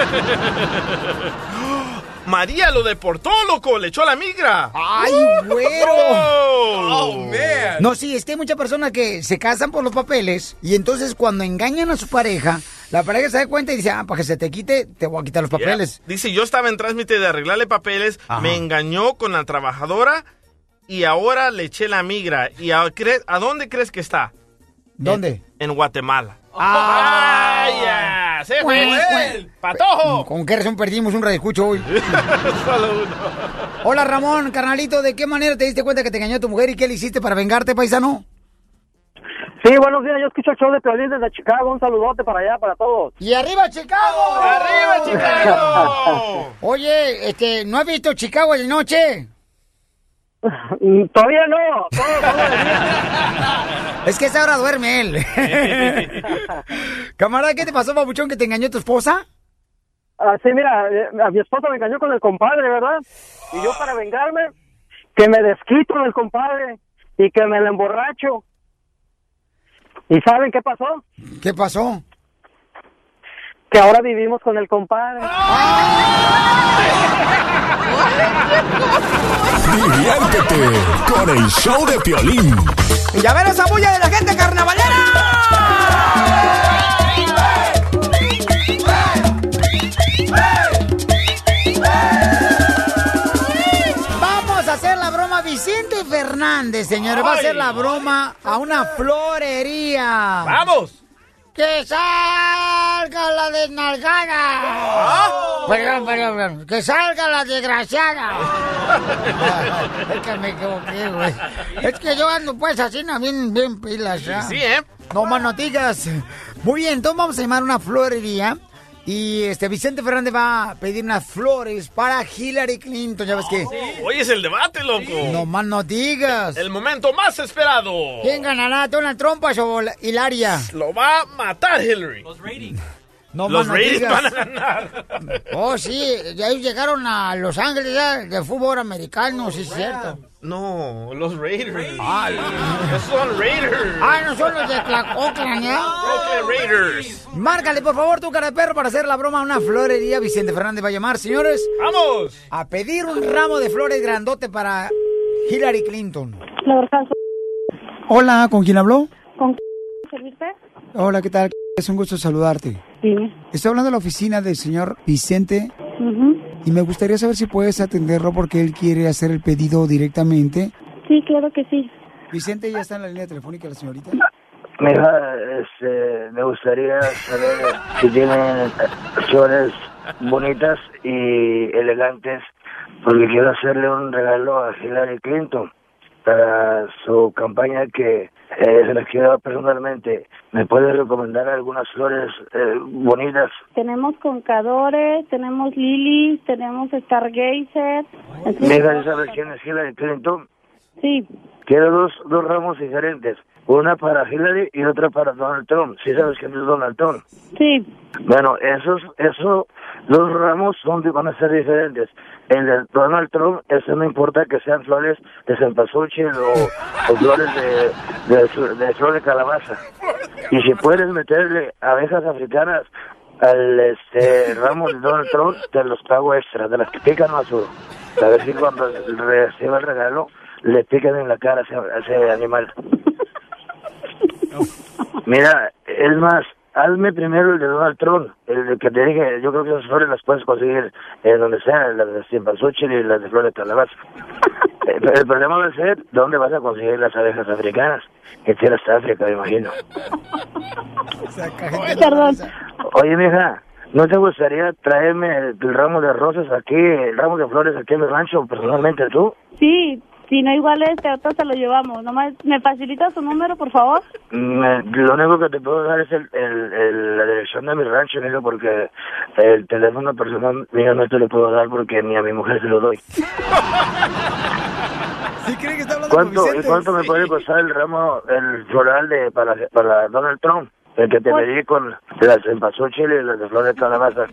María lo deportó, loco, le echó la migra. ¡Ay, güero! Oh, man. No, sí, es que hay muchas personas que se casan por los papeles y entonces cuando engañan a su pareja, la pareja se da cuenta y dice, para que se te quite, te voy a quitar los papeles. Yeah. Dice, yo estaba en trámite de arreglarle papeles, me engañó con la trabajadora y ahora le eché la migra. ¿Y a dónde crees que está? ¿Dónde? En Guatemala. ¡Ah! ¡Se fue el patojo! ¿Con qué razón perdimos un radioescucho hoy? Solo uno. Hola, Ramón, carnalito, ¿de qué manera te diste cuenta que te engañó tu mujer y qué le hiciste para vengarte, paisano? Sí, buenos días, yo escucho el show de Piolín desde Chicago, un saludote para allá, para todos. ¡Y arriba, Chicago! ¡Arriba, Chicago! Oye, ¿no has visto Chicago de noche? Todavía no, Es que a esa hora duerme él. Camarada, ¿qué te pasó, babuchón, que te engañó tu esposa? Sí, mira, a mi esposa me engañó con el compadre, ¿verdad? Y yo para vengarme, que me desquito del compadre y que me la emborracho. ¿Y saben qué pasó? ¿Qué pasó? Que ahora vivimos con el compadre. Diviértete con el show de Piolín. ¡Ya ver esa bulla de la gente carnavalera! Vamos a hacer la broma Vicente Fernández, señores. Va a hacer la broma a una florería. ¡Vamos! ¡Que salga la desnalgada! Perdón. ¡Que salga la desgraciada! Es que me equivoqué, güey. Es que yo ando pues así, no, bien pilas, ¿ya? Sí, No más noticias. Muy bien, entonces vamos a llamar a una florería Y Vicente Fernández va a pedir unas flores para Hillary Clinton, ¿ya ves qué? Hoy es el debate, loco. No más no digas. El momento más esperado. ¿Quién ganará, Donald Trump o Hilaria? Lo va a matar Hillary. Los ratings. No, los no Raiders digas. van a ganar. Oh, sí, ya ellos llegaron a Los Ángeles ya, de fútbol americano, sí es cierto. No, los Raiders. Esos son Raiders. No son los de Oakland, ¿ya? Oakland Raiders. Márcale, por favor, tu cara de perro para hacer la broma a una florería. Vicente Fernández va a llamar, señores. ¡Vamos! A pedir un ramo de flores grandote para Hillary Clinton. Hola, ¿con quién habló? ¿Con servirte? Hola, ¿qué tal? Es un gusto saludarte. Sí. Estoy hablando de la oficina del señor Vicente y me gustaría saber si puedes atenderlo porque él quiere hacer el pedido directamente. Sí, claro que sí. Vicente, ¿ya está en la línea telefónica la señorita? Mira, me gustaría saber si tienen flores bonitas y elegantes, porque quiero hacerle un regalo a Hillary Clinton para su campaña que se las quiero personalmente. ¿Me puede recomendar algunas flores bonitas? Tenemos concadores, tenemos lilies, tenemos stargazer. Mira, ¿sabes quién es Hillary Clinton? Sí. Quiero dos ramos diferentes. Una para Hillary y otra para Donald Trump. ¿Sí sabes quién es Donald Trump? Sí. Bueno, esos dos ramos van a ser diferentes. El de Donald Trump, eso no importa que sean flores de cempasúchil o flores de flor de calabaza. Y si puedes meterle abejas africanas al ramo de Donald Trump, te los pago extra, de las que pican más duro. A ver si cuando reciba el regalo, le pican en la cara a ese animal. Mira, es más, hazme primero el de Donald Trump, el que te dije. Yo creo que esas flores las puedes conseguir en donde sea, las de cempasúchil y las de flores de calabaza. El problema va a ser dónde vas a conseguir las abejas africanas, que tienes hasta África, me imagino. Perdón. Oye, mija, ¿no te gustaría traerme el ramo de rosas aquí, el ramo de flores aquí en el rancho, personalmente tú? Sí, si no igual ahorita se lo llevamos. Nomás, ¿me facilitas su número, por favor? Lo único que te puedo dar es la dirección de mi rancho, amigo, porque el teléfono personal mío no te lo puedo dar porque ni a mi mujer se lo doy. ¿Sí cree que está hablando con Vicente? ¿Cuánto me puede costar el ramo, el floral para Donald Trump? El que te pedí con las cempasúchil y las de flores de calabaza.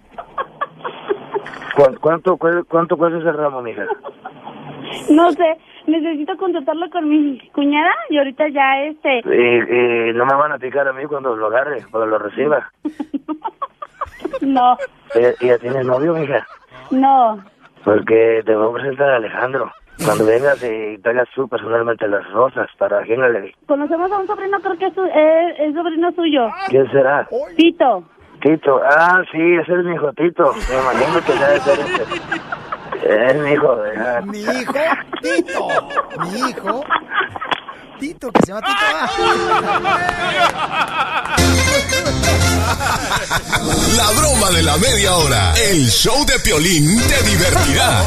¿Cuánto cuesta ese ramo, mija? No sé, necesito contratarlo con mi cuñada y ahorita ya Y no me van a picar a mí cuando lo agarre, cuando lo reciba. No. ¿Y ya tienes novio, mija? No. Porque te voy a presentar a Alejandro. Cuando vengas y traigas tú personalmente las rosas para Hillary. Conocemos a un sobrino, creo que es sobrino suyo. ¿Quién será? Tito. Tito, sí, ese es mi hijo Tito. Me imagino que debe ser es mi hijo. Mi hijo Tito. Mi hijo Tito, que se llama Tito. La broma de la media hora. El show de Piolín te divertirá.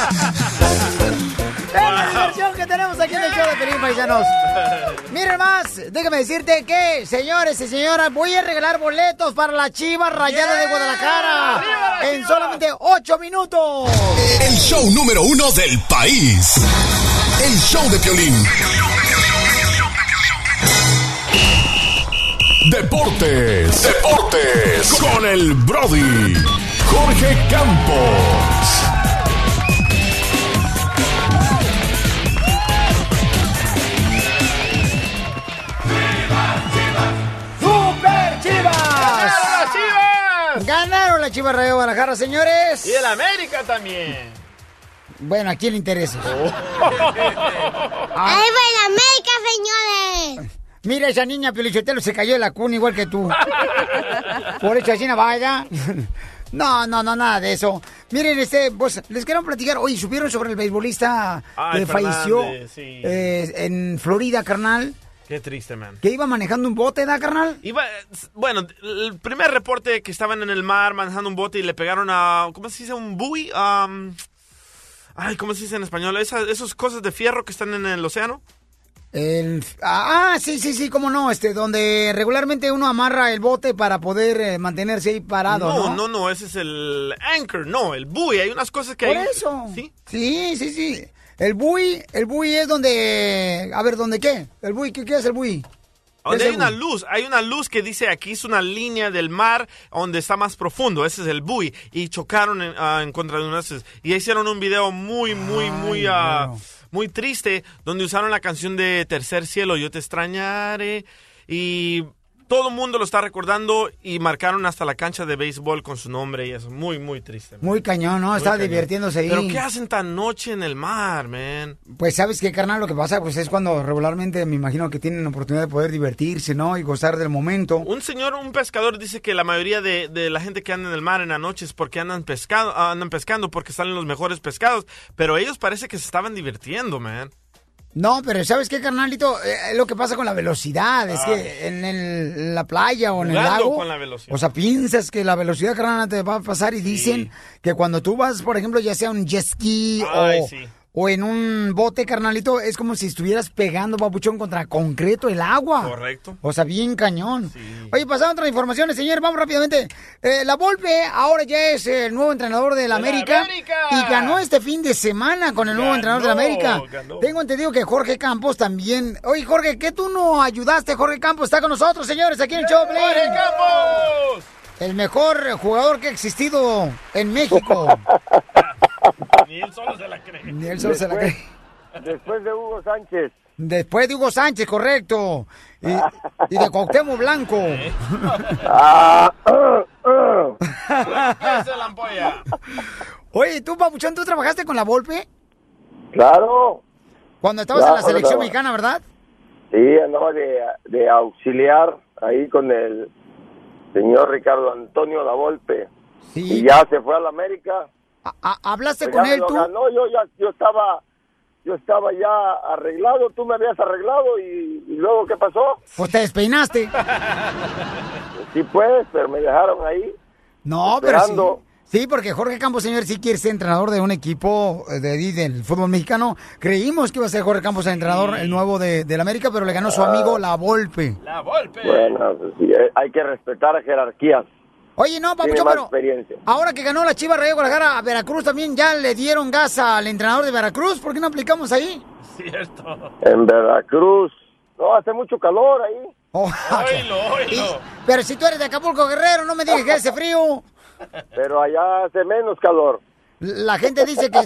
Es la diversión que tenemos aquí en el show de Piolín, paisanos. Miren más, déjame decirte que, señores y señoras, voy a regalar boletos para la Chivas Rayadas de Guadalajara en solamente 8 minutos. El show número 1 del país. El show de Piolín. Deportes con el Brody Jorge Campos. ¡Super Chivas! ¡Ganaron las Chivas Rayadas de Guadalajara, señores! Y el América también. Bueno, ¿a quién le interesa? ¡Ahí va el América, señores! Mira, esa niña Piolichotelo se cayó de la cuna igual que tú. Por eso así no vaya. No, nada de eso. Miren, pues, les quiero platicar. Oye, ¿supieron sobre el beisbolista que falleció en Florida, carnal? Qué triste, man. Que iba manejando un bote, ¿da, carnal? Bueno, el primer reporte que estaban en el mar manejando un bote y le pegaron a, ¿cómo se dice? Un buoy. ¿Cómo se dice en español? Esas cosas de fierro que están en el océano. Sí, cómo no, donde regularmente uno amarra el bote para poder mantenerse ahí parado, ¿no? No, ese es el anchor, no, el buoy, hay unas cosas que Por hay... eso. ¿Sí? Sí. El buoy es donde... A ver, ¿dónde qué? El buoy, ¿qué es el buoy? Donde hay una luz que dice aquí es una línea del mar donde está más profundo, ese es el buoy, y chocaron en contra de unas... Y hicieron un video muy triste, donde usaron la canción de Tercer Cielo, Yo te extrañaré, y todo el mundo lo está recordando, y marcaron hasta la cancha de béisbol con su nombre, y es muy, muy triste. Man. Muy cañón, ¿no? Está divirtiéndose ahí. ¿Pero qué hacen tan noche en el mar, man? Pues, ¿sabes qué, carnal? Lo que pasa, pues, es cuando regularmente me imagino que tienen la oportunidad de poder divertirse, ¿no? Y gozar del momento. Un pescador dice que la mayoría de la gente que anda en el mar en la noche es porque andan pescando porque salen los mejores pescados, pero ellos parece que se estaban divirtiendo, man. No, pero ¿sabes qué, carnalito? Lo que pasa con la velocidad es que en la playa o en el lago, con la velocidad. O sea, piensas que la velocidad, carnal, te va a pasar y dicen que cuando tú vas, por ejemplo, ya sea un jet ski o en un bote, carnalito, es como si estuvieras pegando, papuchón, contra concreto el agua. Correcto. O sea, bien cañón. Sí. Oye, pasaron otras informaciones, señor, vamos rápidamente. La Volpe ahora ya es el nuevo entrenador del América. Y ganó este fin de semana con el nuevo entrenador del América. Tengo entendido que Jorge Campos también. Oye, Jorge, ¿qué tú no ayudaste? Jorge Campos está con nosotros, señores, aquí en el show. ¡Jorge Campos! El mejor jugador que ha existido en México. Ni él solo se la cree. Ni él solo se la cree. Después de Hugo Sánchez. Después de Hugo Sánchez, correcto. Y de Cuauhtémoc Blanco. Esa es la ampolla. Oye, tú, papuchón, ¿tú trabajaste con la Volpe? Claro. Cuando estabas en la selección mexicana, ¿verdad? Sí, andaba de auxiliar ahí con el señor Ricardo Antonio La Volpe. Sí. Y ya se fue a la América. ¿Hablaste con él tú? Ganó, yo estaba ya arreglado, tú me habías arreglado y luego ¿qué pasó? Pues te despeinaste. Sí, pues, pero me dejaron ahí. No, esperando. Pero sí, porque Jorge Campos, señor, sí quiere ser entrenador de un equipo del fútbol mexicano. Creímos que iba a ser Jorge Campos el entrenador, el nuevo del América, pero le ganó su amigo La Volpe. La Volpe. Bueno, pues, sí, hay que respetar jerarquías. Oye, no, papucho, pero ahora que ganó la Chivas Rayo Guadalajara a Veracruz también, ¿ya le dieron gas al entrenador de Veracruz? ¿Por qué no aplicamos ahí? Cierto. En Veracruz. No, hace mucho calor ahí. Oílo. Pero si tú eres de Acapulco, Guerrero, no me digas que hace frío. Pero allá hace menos calor. La gente dice que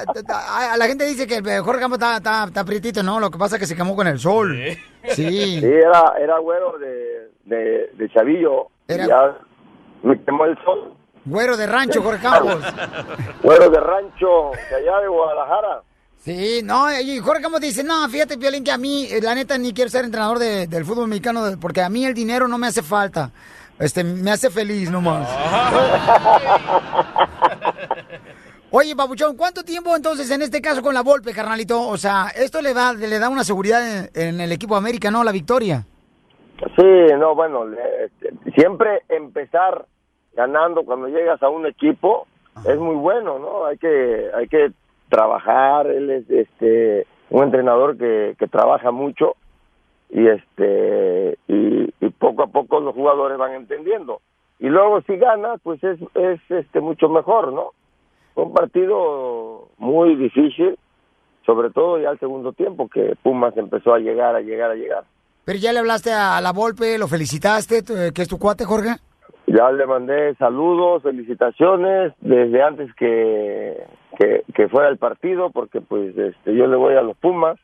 el Jorge Campos está prietito, ¿no? Lo que pasa es que se quemó con el sol. Sí. Sí, era güero de chavillo. Ya me quemó el sol. Güero de rancho, Jorge Campos. Güero de rancho, de allá de Guadalajara. Sí, no, y Jorge Campos dice, no, fíjate, Piolín, que a mí, la neta, ni quiero ser entrenador del fútbol mexicano, porque a mí el dinero no me hace falta. Me hace feliz nomás. Oye, papuchón, ¿cuánto tiempo entonces en este caso con la Volpe, carnalito? O sea, esto le da una seguridad en el equipo América, ¿no? La victoria. Sí, no, bueno, siempre empezar ganando cuando llegas a un equipo es muy bueno, ¿no? Hay que trabajar. Él es un entrenador que trabaja mucho y poco a poco los jugadores van entendiendo. Y luego si ganas, pues es mucho mejor, ¿no? Fue un partido muy difícil, sobre todo ya al segundo tiempo, que Pumas empezó a llegar. Pero ya le hablaste a la Volpe, lo felicitaste, que es tu cuate, Jorge. Ya le mandé saludos, felicitaciones, desde antes que fuera el partido, porque pues yo le voy a los Pumas.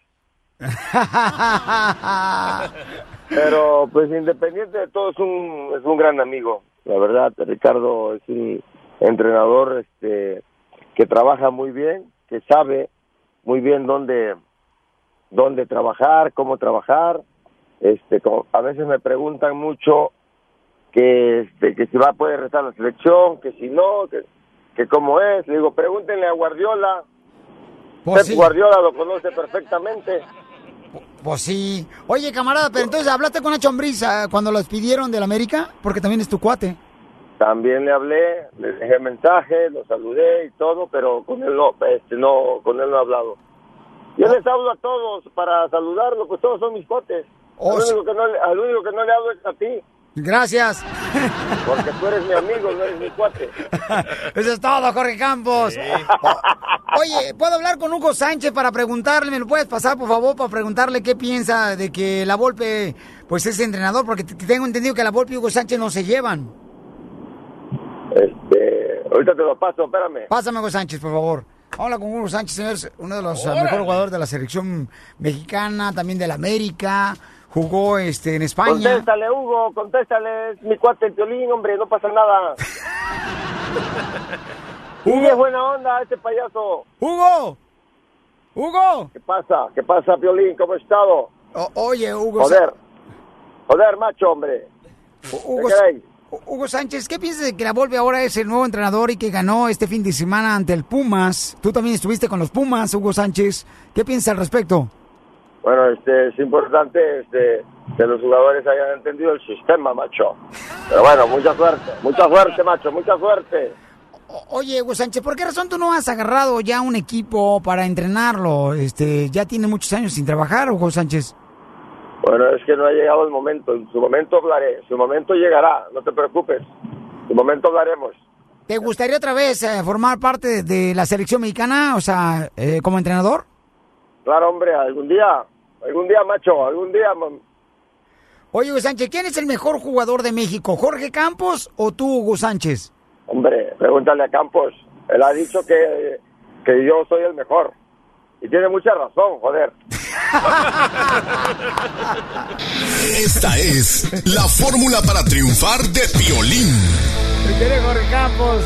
Pero pues independiente de todo es un gran amigo, la verdad. Ricardo es un entrenador que trabaja muy bien, que sabe muy bien dónde trabajar, cómo trabajar. A veces me preguntan mucho que si puede regresar a la selección, que si no, que cómo es. Le digo, pregúntenle a Guardiola. Pues sí. Guardiola lo conoce perfectamente. Pues sí. Oye, camarada, pero entonces hablaste con Nacho Ambriz cuando lo despidieron del América, porque también es tu cuate. También le hablé, le dejé mensaje, lo saludé y todo, pero con él no he hablado. Yo les hablo a todos para saludarlos, pues todos son mis cuates. Al único que no le hablo es a ti. Gracias. Porque tú eres mi amigo, no eres mi cuate. Eso es todo, Jorge Campos. Sí. Oye, ¿puedo hablar con Hugo Sánchez para preguntarle? ¿Me lo puedes pasar, por favor, para preguntarle qué piensa de que la Volpe, pues, es entrenador? Porque tengo entendido que la Volpe y Hugo Sánchez no se llevan. Ahorita te lo paso, espérame. Pásame, Hugo Sánchez, por favor. Habla con Hugo Sánchez, señores, uno de los mejores jugadores de la selección mexicana, también de la América. Jugó en España. Contéstale, Hugo, contéstale. Es mi cuate el Piolín, hombre, no pasa nada. Hugo, es buena onda este payaso. ¡Hugo! ¡Hugo! ¿Qué pasa? ¿Qué pasa, Piolín? ¿Cómo has estado? Oye, Hugo. Joder, macho, hombre. Hugo Sánchez, ¿qué piensas de que la Volpe ahora es el nuevo entrenador y que ganó este fin de semana ante el Pumas? Tú también estuviste con los Pumas, Hugo Sánchez. ¿Qué piensas al respecto? Bueno, es importante que los jugadores hayan entendido el sistema, macho. Pero bueno, mucha suerte, macho, mucha suerte. Oye, Hugo Sánchez, ¿por qué razón tú no has agarrado ya un equipo para entrenarlo? Ya tiene muchos años sin trabajar, Hugo Sánchez. Bueno, es que no ha llegado el momento. En su momento hablaré, su momento llegará, no te preocupes. En su momento hablaremos. ¿Te gustaría otra vez formar parte de la selección mexicana, o sea, como entrenador? Claro, hombre, algún día, macho, algún día. Oye, Hugo Sánchez, ¿quién es el mejor jugador de México? ¿Jorge Campos o tú, Hugo Sánchez? Hombre, pregúntale a Campos. Él ha dicho que yo soy el mejor. Y tiene mucha razón, joder. Esta es la fórmula para triunfar de Piolín. ¿Quiere Jorge Campos?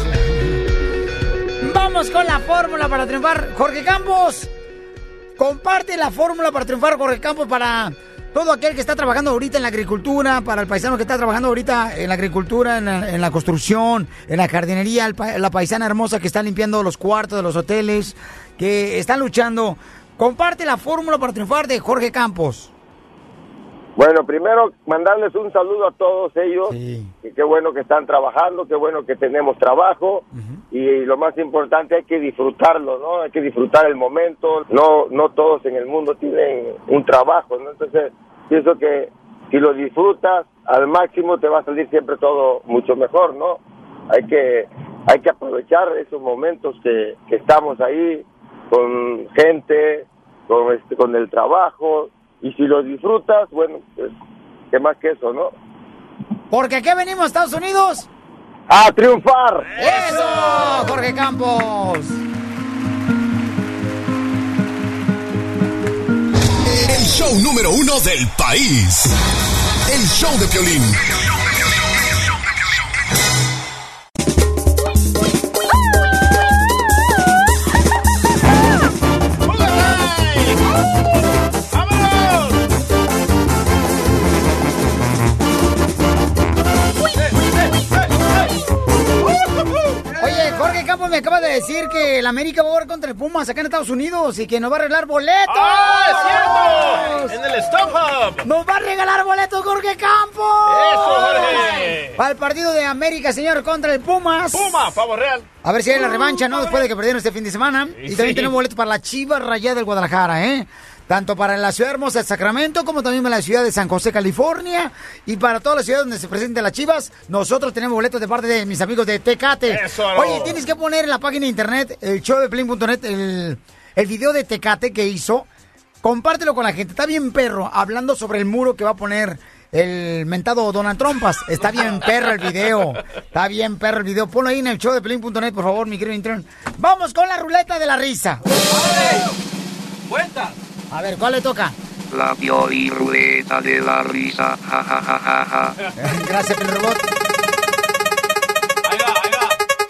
Vamos con la fórmula para triunfar, Jorge Campos. Comparte la fórmula para triunfar, Jorge Campos, para todo aquel que está trabajando ahorita en la agricultura, para el paisano que está trabajando ahorita en la agricultura, en la construcción, en la jardinería, la paisana hermosa que está limpiando los cuartos de los hoteles, que están luchando. Comparte la fórmula para triunfar de Jorge Campos. Bueno, primero mandarles un saludo a todos ellos. Sí. Y qué bueno que están trabajando, qué bueno que tenemos trabajo. Y lo más importante, hay que disfrutarlo, ¿no? Hay que disfrutar el momento. No todos en el mundo tienen un trabajo, ¿no? Entonces, pienso que si lo disfrutas al máximo te va a salir siempre todo mucho mejor, ¿no? Hay que aprovechar esos momentos que estamos ahí con gente, con el trabajo. Y si lo disfrutas, bueno, pues, ¿qué más que eso, no? Porque aquí venimos a Estados Unidos ¡a triunfar! ¡Eso, Jorge Campos! El show número 1 del país. El show de Piolín. Me acaba de decir que el América va a jugar contra el Pumas acá en Estados Unidos y que nos va a arreglar boletos. ¡Ah, es cierto! En el Stop Hub. ¡Nos va a regalar boletos, Jorge Campos! ¡Eso, Jorge! Para el partido de América, señor, contra el Pumas. ¡Puma, pavo real! A ver si hay la revancha, ¿no? Después de que perdieron este fin de semana. Sí, y también tenemos boletos para la Chivas Rayadas del Guadalajara, ¿eh? Tanto para la ciudad hermosa de Sacramento como también para la ciudad de San José, California. Y para todas las ciudades donde se presenten las Chivas, nosotros tenemos boletos de parte de mis amigos de Tecate. Eso. Oye, tienes que poner en la página de internet, el showdepiolín.net, el video de Tecate que hizo. Compártelo con la gente. Está bien perro, hablando sobre el muro que va a poner el mentado Donald Trumpas. Está bien perro el video. Está bien perro el video. Ponlo ahí en el showdepiolín.net, por favor, mi querido intern. Vamos con la ruleta de la risa. ¡Cuenta! A ver, ¿cuál le toca? La Piolín ruleta de la risa. Ja, ja, ja, ja, ja. Gracias, el robot. Ahí va.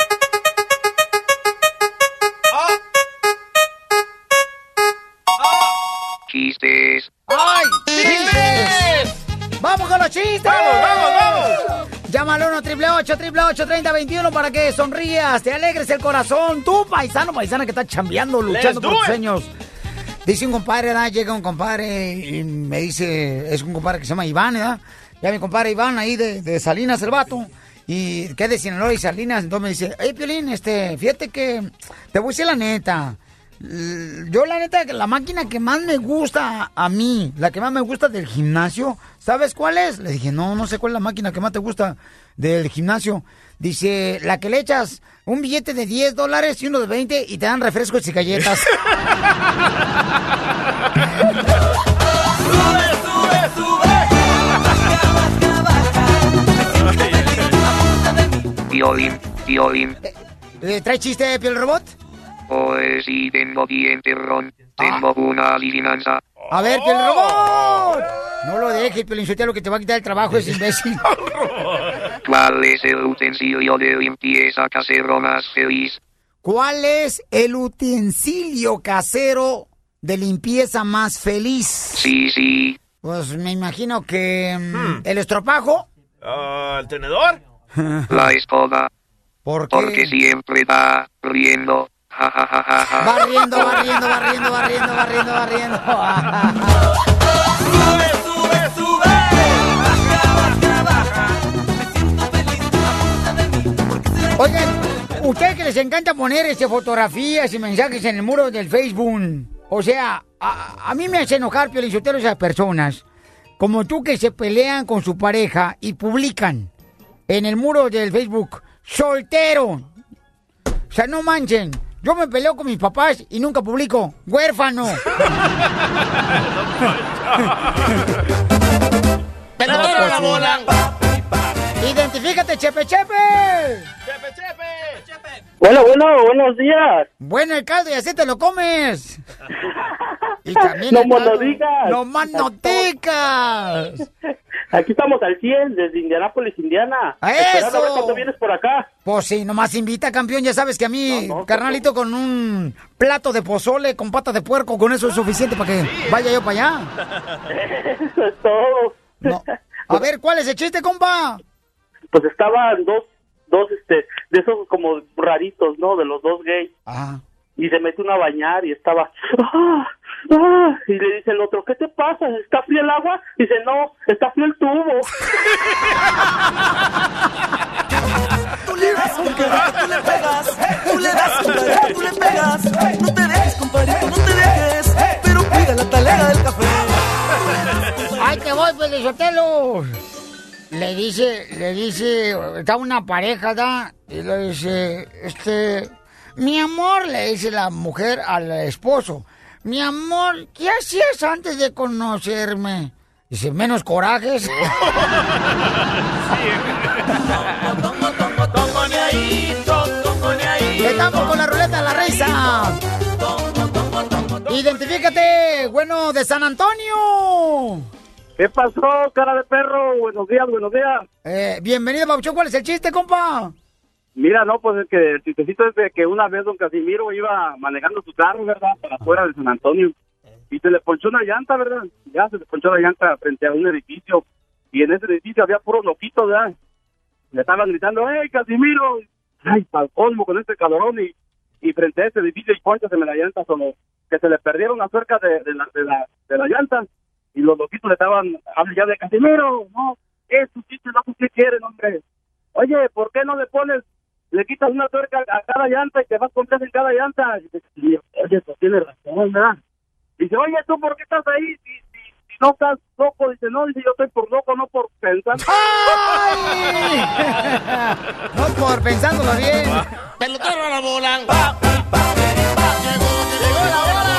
Chistes. ¡Ay! ¡Chistes! ¡Vamos con los chistes! ¡Vamos! Llámalo 1-888-888-3021 para que sonrías, te alegres el corazón. Tú, paisana que está chambeando, luchando por tus sueños. Dice un compadre, ¿verdad? Llega un compadre y me dice, es un compadre que se llama Iván, ¿verdad? Ya mi compadre Iván ahí de Salinas, el vato. Y que es de Sinaloa y Salinas. Entonces me dice, hey, Piolín, fíjate que te voy a decir la neta. Yo, la neta, la máquina que más me gusta a mí, la que más me gusta del gimnasio, ¿sabes cuál es? Le dije, no sé cuál es la máquina que más te gusta del gimnasio. Dice, la que le echas un billete de $10 y uno de 20 y te dan refrescos y galletas. Piolín. ¿Trae chiste, Piel Robot? Pues sí, tengo diente ron. Tengo una adivinanza. A ver, Piel Robot. No lo dejes, Piolín Sotelo, que te va a quitar el trabajo, ese imbécil. ¿Cuál es el utensilio de limpieza casero más feliz? ¿Cuál es el utensilio casero de limpieza más feliz? Sí. Pues me imagino que... ¿el estropajo? ¿El tenedor? La escoba. ¿Por qué? Porque siempre va riendo. Barriendo. Sube. Oigan, ustedes que les encanta poner fotografías y mensajes en el muro del Facebook. O sea, a mí me hace enojar, Piolín Sotelo, esas personas como tú que se pelean con su pareja y publican en el muro del Facebook, soltero. O sea, no manchen. Yo me peleo con mis papás y nunca publico, huérfano. ¡Pelotero a la bola! ¡Identifícate, Chepe! Bueno, buenos días. Bueno el caldo y así te lo comes. Y también no más no digas. No más no digas. Aquí estamos al 100 desde Indianápolis, Indiana. Esperando a ver cuándo vienes por acá. Pues sí, nomás invita, campeón. Ya sabes que a mí, carnalito, con un plato de pozole con pata de puerco, con eso es suficiente para que vaya yo para allá. Eso es todo. No. A ver, ¿cuál es el chiste, compa? Pues estaban dos de esos como raritos, ¿no? De los dos gays. Ajá. Y se mete uno a bañar y estaba... y le dice el otro, ¿qué te pasa? ¿Está frío el agua? Dice, no, está frío el tubo. Tú le das, compadrito, tú le pegas. Tú le das, compadrito, tú le pegas. No te dejes, compadrito, no te dejes. Pero cuida la talega del café. ¡Ay, te voy, Piolín Sotelo! Le dice, está una pareja, ¿da? Y le dice, mi amor, le dice la mujer al esposo, mi amor, ¿qué hacías antes de conocerme? Dice, menos corajes. Estamos con la ruleta de la risa. Identifícate, bueno, de San Antonio. ¿Qué pasó, cara de perro? Buenos días. Bienvenido, Pabuchón. ¿Cuál es el chiste, compa? Mira, no, pues es que el chistecito es de que una vez don Casimiro iba manejando su carro, ¿verdad? Para afuera de San Antonio. Y se le ponchó una llanta, ¿verdad? Ya se le ponchó la llanta frente a un edificio. Y en ese edificio había puros loquitos, ¿verdad? Le estaban gritando, ¡hey, Casimiro! ¡Ay, pa'l colmo con este calorón! Y frente a ese edificio y pónchaseme la llanta, solo que se le perdieron las tuercas de la llanta. Y los loquitos le estaban hablando ya de Casimiro, no, eso sí, loco, ¿qué quieren, hombre? Oye, ¿por qué no le quitas una tuerca a cada llanta y te vas con tres en cada llanta? Y dice, oye, pues tienes razón, ¿verdad? Dice, oye, ¿tú por qué estás ahí? Si no estás loco, dice, no, dice, yo estoy por loco, no por pensar. ¡Ay! No por pensándolo bien. ¡Pelotero a la bola! ¡Llegó la bola!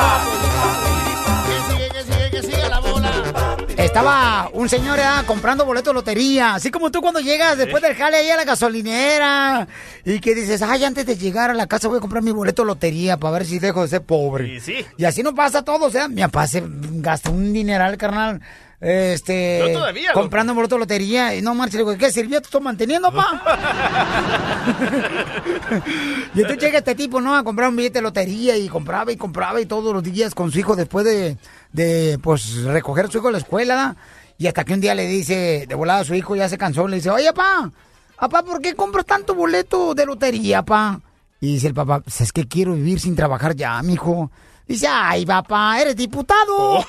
Que sigue la bola. Estaba un señor comprando boletos de lotería, así como tú cuando llegas después del jale ahí a la gasolinera y que dices, ay, antes de llegar a la casa voy a comprar mi boleto de lotería para ver si dejo de ser pobre. Sí. Y así no pasa todo, o sea, mi papá se gasta un dineral, carnal, Yo todavía, comprando boleto de lotería y no marches, le digo, ¿qué sirvió? ¿Te estoy manteniendo, pa? Y entonces llega este tipo, ¿no? A comprar un billete de lotería y compraba y todos los días con su hijo después de pues recoger a su hijo a la escuela, ¿da? Y hasta que un día le dice, de volada a su hijo, ya se cansó, le dice, oye, papá, ¿por qué compras tanto boleto de lotería, pa? Y dice el papá, pues es que quiero vivir sin trabajar ya, mijo. Dice, ay, papá, eres diputado.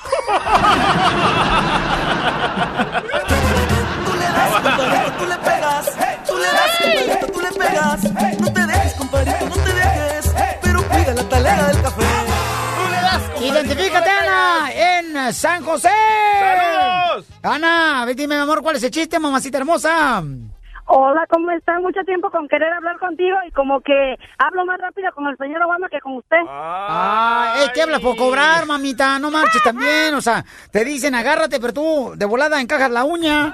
Tú le das, compadrito, tú le pegas. Tú le das, compadrito, tú le pegas. No te dejes, compadrito, no te dejes. Pero cuida la talega del café. hasta San José. ¡Saludos! Ana, dime, mi amor, ¿cuál es el chiste, mamacita hermosa? Hola, ¿cómo están? Mucho tiempo con querer hablar contigo y como que hablo más rápido con el señor Obama que con usted. ¿Qué hablas por cobrar, mamita? No marches también, o sea, te dicen agárrate, pero tú de volada encajas la uña.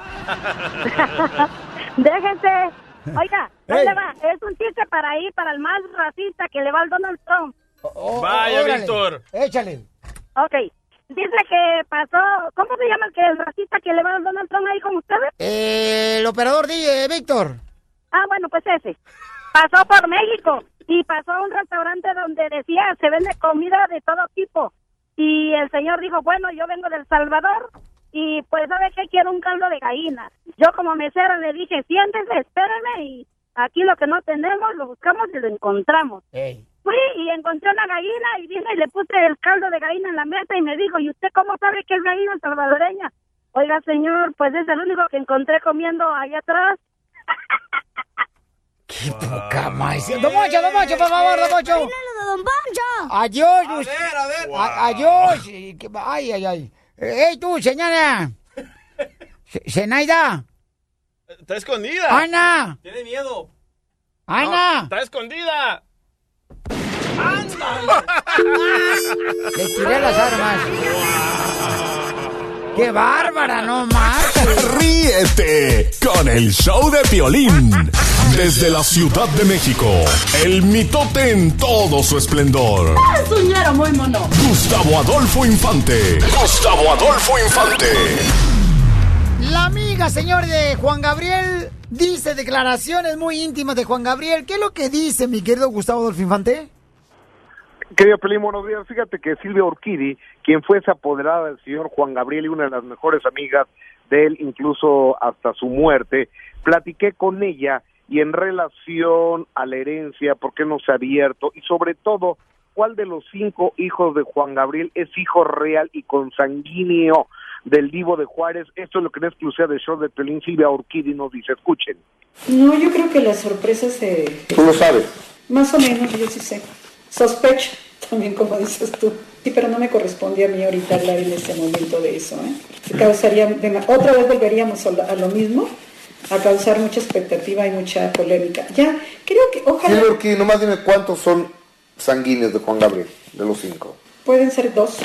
Déjense. Oiga, ¿dónde va? Es un chiste para el más racista que le va al Donald Trump. Vaya, órale, Víctor. Échale. Ok. Dice que pasó... ¿Cómo se llama el racista que le va al Donald Trump ahí con ustedes? El operador Víctor. Bueno, pues ese. Pasó por México y pasó a un restaurante donde decía se vende comida de todo tipo. Y el señor dijo, bueno, yo vengo de El Salvador y pues ¿sabe qué? Quiero un caldo de gallina. Yo como mesera le dije, siéntese, espérenme y aquí lo que no tenemos lo buscamos y lo encontramos. Ey. Fui y encontré una gallina y vine y le puse el caldo de gallina en la mesa y me dijo, ¿y usted cómo sabe que es gallina salvadoreña? Oiga, señor, pues es el único que encontré comiendo allá atrás. ¡Qué poca más! ¡Don Poncho, por favor, Don Poncho! ¡Don Poncho! ¡Adiós! A ver. ¡Adiós! ¡Ay! ¡Ey, tú, señora! ¡Zenaida! ¡Está escondida! ¡Ana! ¡Tiene miedo! ¡Ana! No, ¡está escondida! Le tiré las armas. ¡Qué bárbara, no más! Ríete con el show de Piolín. Desde la Ciudad de México, el mitote en todo su esplendor. Es un ñero muy mono. Gustavo Adolfo Infante. La amiga, señor, de Juan Gabriel dice declaraciones muy íntimas de Juan Gabriel. ¿Qué es lo que dice, mi querido Gustavo Adolfo Infante? Querido Pelín, buenos días. Fíjate que Silvia Urquidi, quien fuese apoderada del señor Juan Gabriel y una de las mejores amigas de él, incluso hasta su muerte, platiqué con ella y en relación a la herencia, por qué no se ha abierto y sobre todo, cuál de los 5 hijos de Juan Gabriel es hijo real y consanguíneo del Divo de Juárez. Esto es lo que en exclusiva del show de Pelín, Silvia Urquidi nos dice. Escuchen. No, yo creo que la sorpresa se... ¿Tú lo sabes? Más o menos, yo sí sé. Sospecho, también como dices tú. Sí, pero no me corresponde a mí ahorita hablar en este momento de eso, ¿eh? Se causaría... Otra vez volveríamos a lo mismo, a causar mucha expectativa y mucha polémica. Ya, creo que ojalá... Silvia Urquidi, nomás dime cuántos son sanguíneos de Juan Gabriel, de los 5. Pueden ser 2.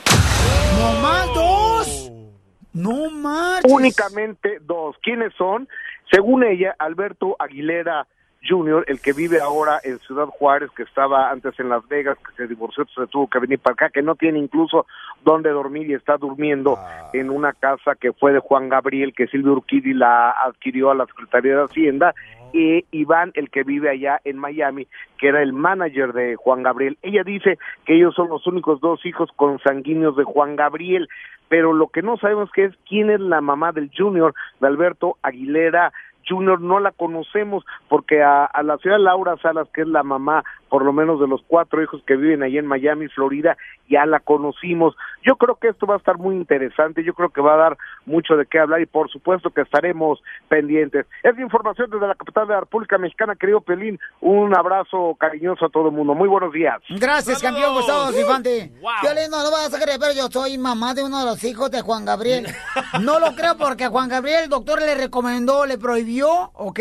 ¡No más 2! ¡No más! Únicamente 2. ¿Quiénes son? Según ella, Alberto Aguilera Jr., el que vive ahora en Ciudad Juárez, que estaba antes en Las Vegas, que se divorció, se tuvo que venir para acá, que no tiene incluso dónde dormir y está durmiendo en una casa que fue de Juan Gabriel, que Silvia Urquidi la adquirió a la Secretaría de Hacienda, y Iván, el que vive allá en Miami, que era el manager de Juan Gabriel. Ella dice que ellos son los únicos 2 hijos consanguíneos de Juan Gabriel, pero lo que no sabemos que es quién es la mamá del Junior, de Alberto Aguilera Junior. No la conocemos porque a la señora Laura Salas, que es la mamá por lo menos de los 4 hijos que viven allí en Miami, Florida, ya la conocimos. Yo creo que esto va a estar muy interesante, yo creo que va a dar mucho de qué hablar y por supuesto que estaremos pendientes. Es información desde la capital de la República Mexicana, querido Pelín, un abrazo cariñoso a todo el mundo. Muy buenos días. Gracias, campeón Gustavo Infante. Piolín, no lo vas a creer, pero yo soy mamá de uno de los hijos de Juan Gabriel. No lo creo porque a Juan Gabriel el doctor le recomendó, le prohibió, ¿ok?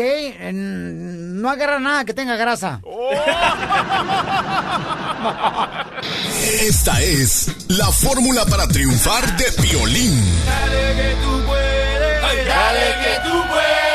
No agarra nada que tenga grasa. Esta es la fórmula para triunfar de Piolín. Dale que tú puedes, dale que tú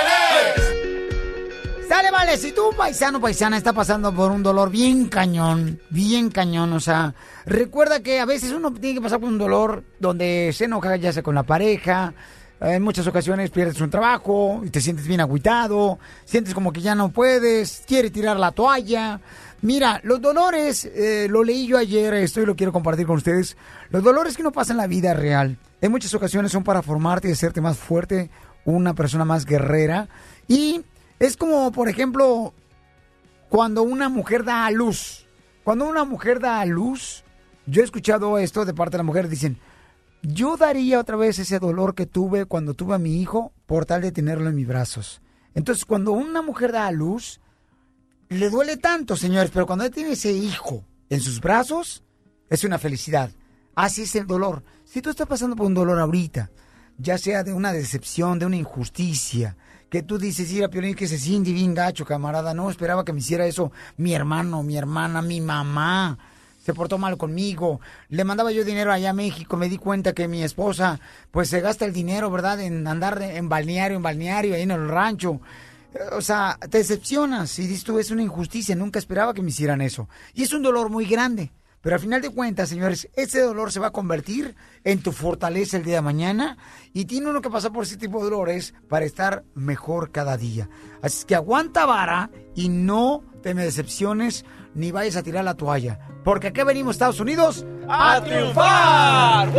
puedes. Sale, vale, si tú, paisana, está pasando por un dolor bien cañón, o sea, recuerda que a veces uno tiene que pasar por un dolor donde se enoja ya sea con la pareja, en muchas ocasiones pierdes un trabajo y te sientes bien agüitado, sientes como que ya no puedes, quieres tirar la toalla. Mira, los dolores, lo leí yo ayer, esto y lo quiero compartir con ustedes. Los dolores que uno pasa en la vida real, en muchas ocasiones son para formarte y hacerte más fuerte, una persona más guerrera. Y es como, por ejemplo, cuando una mujer da a luz. Cuando una mujer da a luz, yo he escuchado esto de parte de la mujer, dicen, yo daría otra vez ese dolor que tuve cuando tuve a mi hijo por tal de tenerlo en mis brazos. Entonces, cuando una mujer da a luz, le duele tanto, señores, pero cuando tiene ese hijo en sus brazos, es una felicidad. Así es el dolor. Si tú estás pasando por un dolor ahorita, ya sea de una decepción, de una injusticia, que tú dices, mira, Piolín, que se siente bien gacho, camarada, no esperaba que me hiciera eso mi hermano, mi hermana, mi mamá, se portó mal conmigo, le mandaba yo dinero allá a México, me di cuenta que mi esposa, pues se gasta el dinero, ¿verdad?, en andar en balneario, ahí en el rancho. O sea, te decepcionas y dices tú, es una injusticia, nunca esperaba que me hicieran eso. Y es un dolor muy grande. Pero al final de cuentas, señores, ese dolor se va a convertir en tu fortaleza el día de mañana y tiene uno que pasar por ese tipo de dolores para estar mejor cada día. Así es que aguanta vara y no te me decepciones ni vayas a tirar la toalla. Porque aquí venimos, Estados Unidos, ¡a triunfar!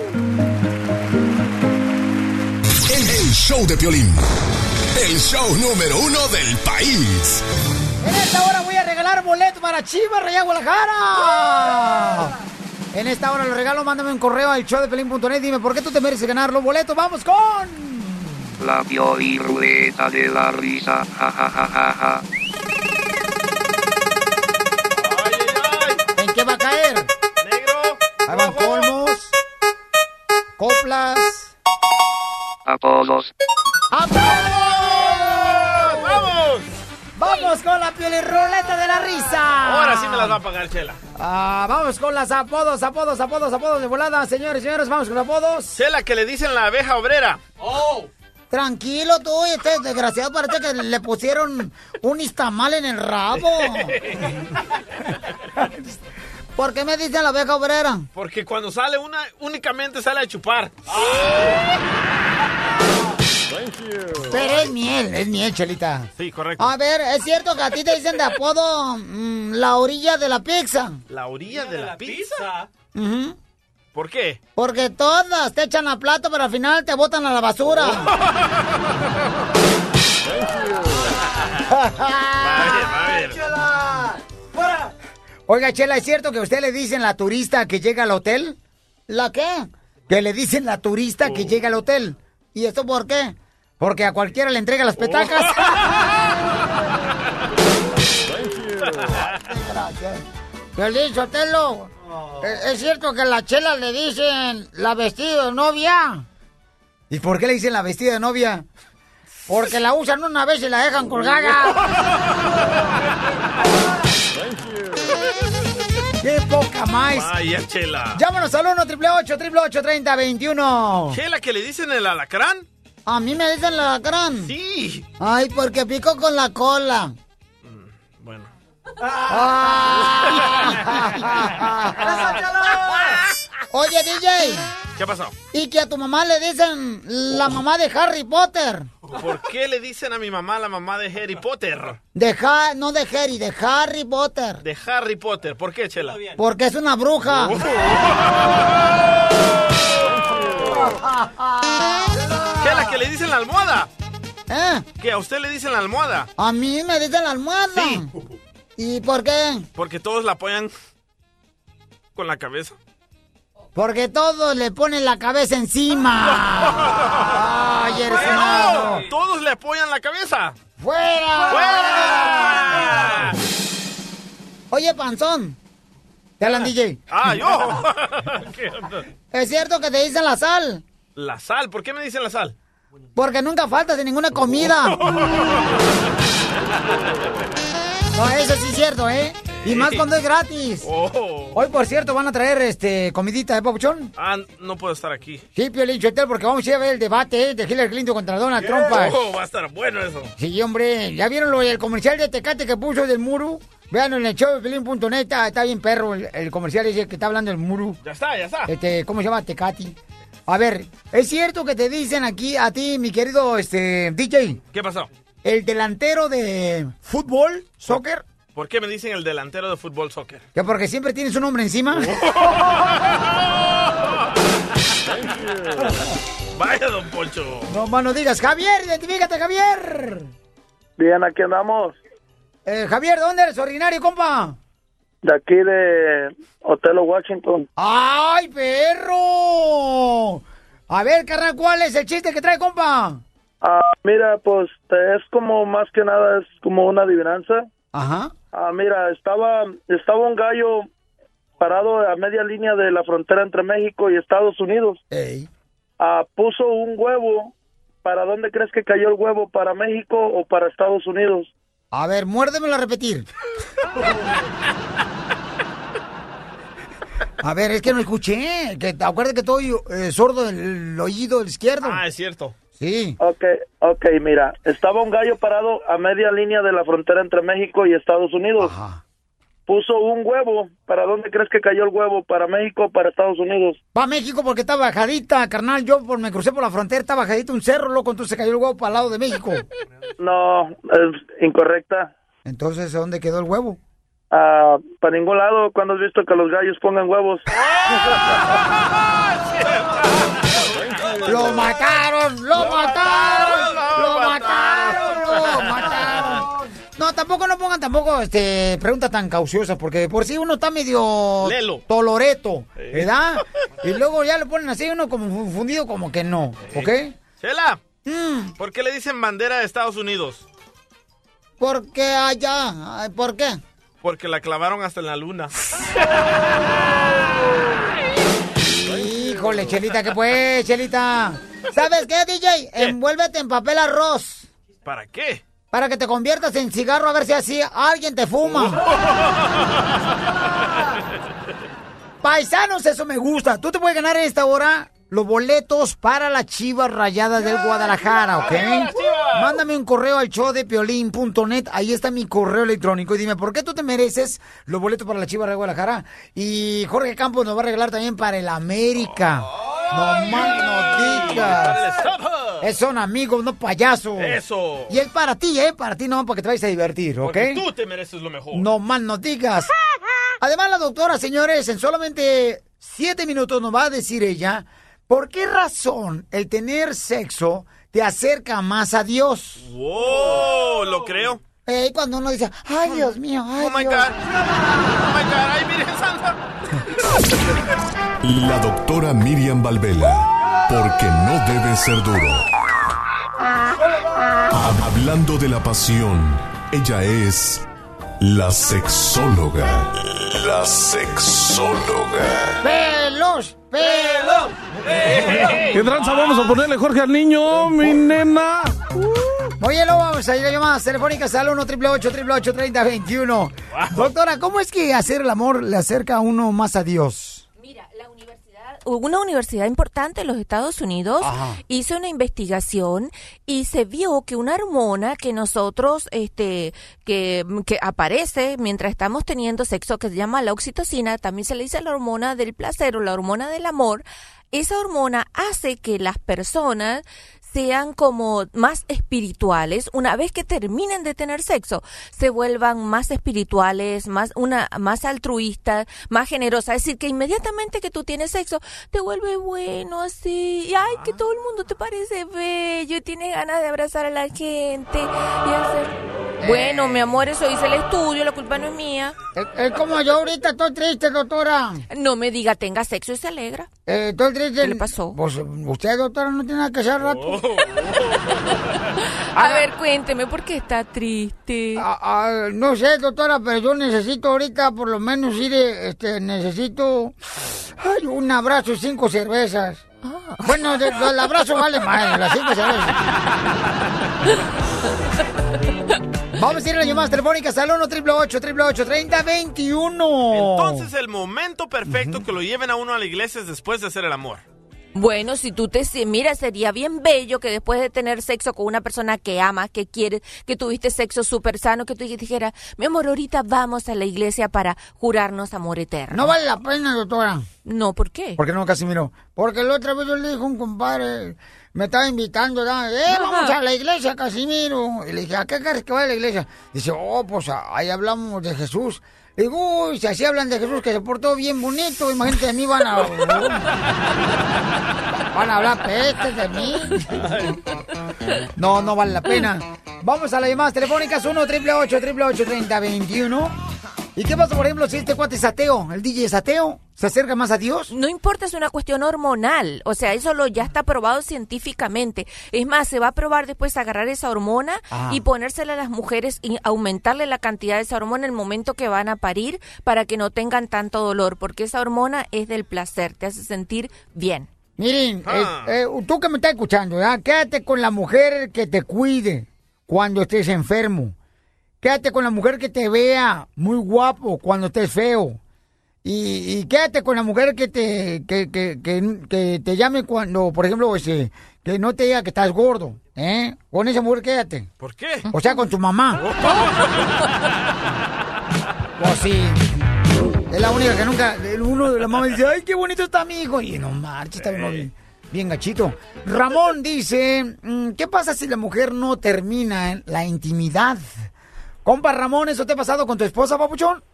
El show de Piolín. El show número 1 del país. En esta hora voy a regalar boletos para Chivas Rayadas Guadalajara. En esta hora los regalo, mándame un correo al showdepiolín.net. Dime por qué tú te mereces ganar los boletos. ¡Vamos con! La Piolín Ruleta de la Risa. Ja, ja, ja, ja, ja. ¿En qué va a caer? Negro. Ahí van colmos, coplas, Apodos. ¡Vamos! ¡Vamos con la Piolín Ruleta de la Risa! Ahora sí me las va a pagar, Chela. Vamos con las apodos de volada, señores y señores, vamos con apodos. Chela, que le dicen la abeja obrera. ¡Oh! Tranquilo tú, este desgraciado parece que le pusieron un istamal en el rabo. ¿Por qué me dicen la abeja obrera? Porque cuando sale una, únicamente sale a chupar. Pero es miel, Chelita. Sí, correcto. A ver, ¿es cierto que a ti te dicen de apodo la orilla de la pizza? ¿La orilla de la pizza? Uh-huh. ¿Por qué? Porque todas te echan a plato, pero al final te botan a la basura. Oiga, Chela, ¿es cierto que a usted le dicen la turista que llega al hotel? ¿La qué? Que le dicen la turista que llega al hotel. ¿Y esto por qué? Porque a cualquiera le entrega las petacas. Gracias. Piolín Sotelo, ¿es cierto que a la Chela le dicen la vestida de novia? ¿Y por qué le dicen la vestida de novia? Porque la usan una vez y la dejan colgada. ¡Qué poca más! Vaya, Chela. Llámanos al 1-888-830-21. ¿Chela, que le dicen el alacrán? ¿A mí me dicen el alacrán? Sí. Ay, porque pico con la cola. Bueno. Oye, DJ. ¿Qué pasó? Y que a tu mamá le dicen la mamá de Harry Potter. ¿Por qué le dicen a mi mamá la mamá de Harry Potter? No de Harry, de Harry Potter. De Harry Potter. ¿Por qué, Chela? Porque es una bruja. Chela, que le dicen la almohada. ¿Eh? Que a usted le dicen la almohada. A mí me dicen la almohada. Sí. ¿Y por qué? Porque todos la apoyan con la cabeza. Porque todos le ponen la cabeza encima. ¡Ay, eres ¡No! ¡Todos le apoyan la cabeza! ¡Fuera! ¡Fuera! Oye, panzón. ¿Te hablan, DJ? ¡Ah, yo! ¿Es cierto que te dicen la sal? ¿La sal? ¿Por qué me dicen la sal? Porque nunca faltas de ninguna comida. No, eso sí es cierto, ¿eh? Y más cuando es gratis. Hoy, por cierto, van a traer comidita, ¿eh, papuchón? Ah, no puedo estar aquí. Sí, Piolín Sotelo, porque vamos a ir a ver el debate de Hillary Clinton contra Donald Trump. Va a estar bueno eso. Sí, hombre. ¿Ya vieron el comercial de Tecate que puso del muro? Vean en el show de Piolín.net, está bien perro el comercial ese que está hablando del muro. Ya está. ¿Cómo se llama? Tecati. A ver, ¿es cierto que te dicen aquí a ti, mi querido DJ? ¿Qué pasó? El delantero de fútbol, soccer. ¿Por qué me dicen el delantero de fútbol soccer? ¿Que porque siempre tienes un nombre encima? Vaya, don Poncho. No, mano, digas. Javier, identifícate, Javier. Bien, aquí andamos. Javier, ¿de dónde eres originario, compa? De aquí de Otelo, Washington. ¡Ay, perro! A ver, carnal, ¿cuál es el chiste que trae, compa? Mira, pues es como más que nada, es como una adivinanza. Ajá. Mira, estaba un gallo parado a media línea de la frontera entre México y Estados Unidos. Puso un huevo. ¿Para dónde crees que cayó el huevo? ¿Para México o para Estados Unidos? A ver, muérdemelo a repetir. A ver, es que no escuché. Acuérdate que estoy sordo del oído del izquierdo. Ah, es cierto. Sí. Ok, mira. Estaba un gallo parado a media línea de la frontera entre México y Estados Unidos. Ajá. Puso un huevo. ¿Para dónde crees que cayó el huevo? ¿Para México o para Estados Unidos? Va a México porque está bajadita, carnal. Yo me crucé por la frontera, está bajadita un cerro, loco, entonces cayó el huevo para el lado de México. No, es incorrecta. Entonces, ¿dónde quedó el huevo? Para ningún lado. ¿Cuándo has visto que los gallos pongan huevos? ¡Lo mataron! ¡Lo mataron! ¡Lo mataron! ¡Lo mataron! No, tampoco no pongan preguntas tan cauciosas, porque por si uno está medio Lelo. toloreto, ¿verdad? Y luego ya lo ponen así, uno como fundido, como que no, ¿ok? Chela, ¿por qué le dicen bandera de Estados Unidos? Porque allá, ¿por qué? Porque la clavaron hasta en la luna. Híjole, Chelita, ¿qué pues, Chelita? ¿Sabes qué, DJ? Envuélvete en papel arroz. ¿Para qué? Para que te conviertas en cigarro, a ver si así alguien te fuma. Paisanos, eso me gusta. Tú te puedes ganar en esta hora los boletos para las Chivas Rayadas del Guadalajara, ¿ok? Mándame un correo al showdepiolín.net. Ahí está mi correo electrónico. Y dime, ¿por qué tú te mereces los boletos para las Chivas de Guadalajara? Y Jorge Campos nos va a regalar también para el América. No más no digas. Son amigos, no payasos. Eso. Y es para ti, para ti no, para que te vayas a divertir, ¿ok? Porque tú te mereces lo mejor. No más no digas. Además, la doctora, señores, en solamente 7 minutos nos va a decir ella por qué razón el tener sexo te acerca más a Dios. ¡Wow! ¿Lo creo? Cuando uno dice, ay, Dios mío, ay, Oh my Dios. God. Oh my God, ay, Virgen Santa. La doctora Miriam Valvela, porque no debe ser duro. Hablando de la pasión, ella es la sexóloga. La sexóloga. ¡Pelos! ¿Qué tranza vamos a ponerle, Jorge, al niño, mi nena? Oye, luego vamos a ir a llamadas telefónicas al 1-888-888-3021. Doctora, ¿cómo es que hacer el amor le acerca a uno más a Dios? Una universidad importante en los Estados Unidos hizo una investigación y se vio que una hormona que nosotros, que aparece mientras estamos teniendo sexo, que se llama la oxitocina, también se le dice la hormona del placer o la hormona del amor. Esa hormona hace que las personas sean como más espirituales. Una vez que terminen de tener sexo, se vuelvan más espirituales, más altruistas, más generosas. Es decir, que inmediatamente que tú tienes sexo, te vuelve bueno así. Y ay, que todo el mundo te parece bello y tienes ganas de abrazar a la gente y hacer... Bueno, mi amor, eso hice el estudio, la culpa no es mía. Es como yo ahorita estoy triste, doctora. No me diga, tenga sexo y se alegra. Estoy triste. ¿Qué le pasó? Pues usted, doctora, no tiene nada que hacer rato. A ver, cuénteme, ¿por qué está triste? No sé, doctora, pero yo necesito ahorita por lo menos necesito un abrazo y 5 cervezas. Bueno, el abrazo vale más, las 5 cervezas. Vamos a ir a las llamadas telefónicas al 1-888-888-3021. Entonces el momento perfecto que lo lleven a uno a la iglesia es después de hacer el amor. Bueno, si tú mira, sería bien bello que después de tener sexo con una persona que amas, que quieres, que tuviste sexo súper sano, que tú dijeras, mi amor, ahorita vamos a la iglesia para jurarnos amor eterno. No vale la pena, doctora. No, ¿por qué? ¿Por qué no, Casimiro? Porque la otra vez yo le dije a un compadre, me estaba invitando, vamos a la iglesia, Casimiro. Y le dije, ¿a qué quieres que vaya a la iglesia? Dice, pues ahí hablamos de Jesús. Le digo, uy, si así hablan de Jesús, que se portó bien bonito, imagínate, de mí van a hablar pestes de mí. No vale la pena. Vamos a las llamadas telefónicas, 1-888-888-3021. ¿Y qué pasa, por ejemplo, si este cuate es ateo? El DJ es ateo se acerca más a Dios? No importa, es una cuestión hormonal. O sea, eso ya está probado científicamente. Es más, se va a probar después agarrar esa hormona y ponérsela a las mujeres y aumentarle la cantidad de esa hormona en el momento que van a parir para que no tengan tanto dolor, porque esa hormona es del placer, te hace sentir bien. Miren, tú que me estás escuchando, ¿verdad? Quédate con la mujer que te cuide cuando estés enfermo. Quédate con la mujer que te vea muy guapo cuando estés feo. Y quédate con la mujer que te llame cuando, por ejemplo, que no te diga que estás gordo, ¿eh? Con esa mujer quédate. ¿Por qué? O sea, con tu mamá. Pues sí. Es la única que nunca, uno de la mamá dice, ay, qué bonito está mi hijo. Y no marches, está bien gachito. Ramón dice, ¿qué pasa si la mujer no termina la intimidad? Compa Ramón, ¿eso te ha pasado con tu esposa, papuchón?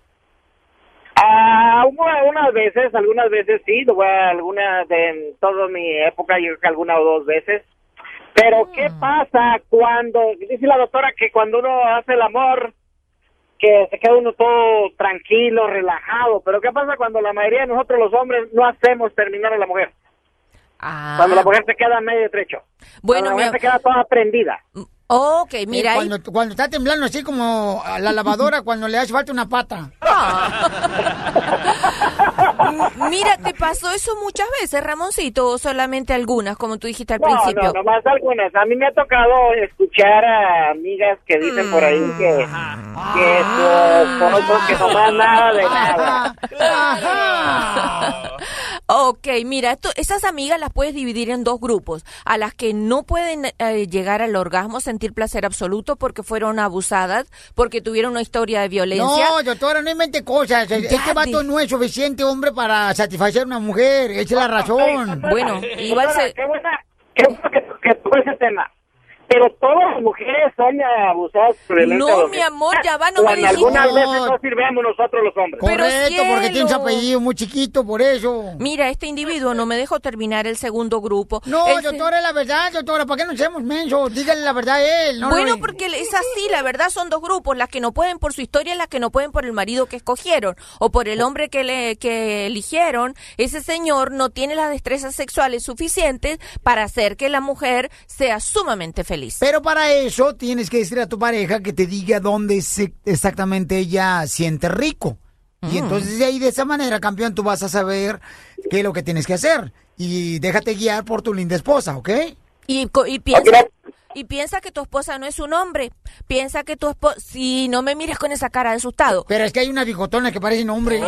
Algunas veces sí, en toda mi época, yo creo que alguna o dos veces. Pero ¿qué pasa cuando, dice la doctora que cuando uno hace el amor, que se queda uno todo tranquilo, relajado? Pero ¿qué pasa cuando la mayoría de nosotros los hombres no hacemos terminar a la mujer? Cuando la mujer se queda medio trecho. Bueno, cuando la mujer se queda toda prendida. Ok, mira. Cuando está temblando así como a la lavadora cuando le hace falta una pata. Mira, ¿te pasó eso muchas veces, Ramoncito, o solamente algunas, como tú dijiste al principio? No, nomás algunas. A mí me ha tocado escuchar a amigas que dicen por ahí que nomás nada de nada. Ok, mira, esas amigas las puedes dividir en dos grupos. A las que no pueden llegar al orgasmo, sentir placer absoluto porque fueron abusadas, porque tuvieron una historia de violencia. No, doctora, no invente cosas. Este vato no es suficiente hombre para satisfacer a una mujer. Esa es la razón. Bueno, igual se... Qué buena que tocó ese tema. Pero todas las mujeres son abusadas por el No, mi amor, ya va, no me dijiste. Algunas veces no sirvemos nosotros los hombres. Correcto, porque tiene un apellido muy chiquito, por eso. Mira, este individuo no me dejó terminar el segundo grupo. No, doctora, es la verdad, doctora, ¿para qué nos hacemos mensos? Díganle la verdad a él. No, bueno, porque es así, la verdad son dos grupos, las que no pueden por su historia y las que no pueden por el marido que escogieron, o por el hombre que eligieron. Ese señor no tiene las destrezas sexuales suficientes para hacer que la mujer sea sumamente feliz. Pero para eso tienes que decir a tu pareja que te diga dónde exactamente ella siente rico. Y entonces de ahí, de esa manera, campeón, tú vas a saber qué es lo que tienes que hacer. Y déjate guiar por tu linda esposa, ¿ok? Y piensa que tu esposa no es un hombre. Piensa que tu esposa... Si no me mires con esa cara de asustado. Pero es que hay una bigotona que parece un hombre.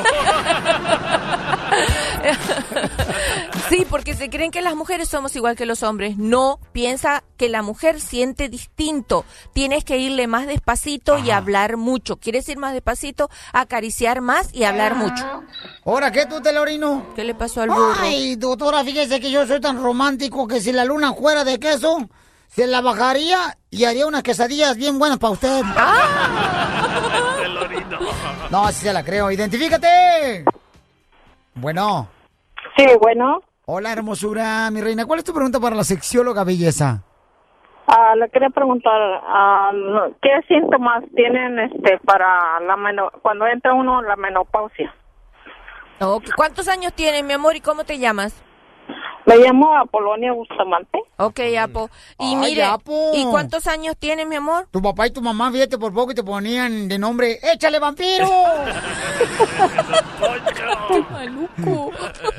Sí, porque se creen que las mujeres somos igual que los hombres. No, piensa que la mujer siente distinto. Tienes que irle más despacito y hablar mucho. ¿Quieres ir más despacito? Acariciar más y hablar mucho. ¿Ahora qué tú, Telorino? ¿Qué le pasó al burro? Ay, doctora, fíjese que yo soy tan romántico que si la luna fuera de queso, se la bajaría y haría unas quesadillas bien buenas para usted. No, así se la creo. ¡Identifícate! Bueno. Sí, bueno. Hola, hermosura, mi reina. ¿Cuál es tu pregunta para la sexióloga belleza? Le quería preguntar, ¿qué síntomas tienen para cuando entra uno en la menopausia? ¿Cuántos años tienes, mi amor, y cómo te llamas? Me llamo Apolonia Bustamante. Ok, Apo. Y mire, Apo. ¿Y cuántos años tienes, mi amor? Tu papá y tu mamá, fíjate, por poco y te ponían de nombre, ¡échale, vampiro! ¡Qué maluco!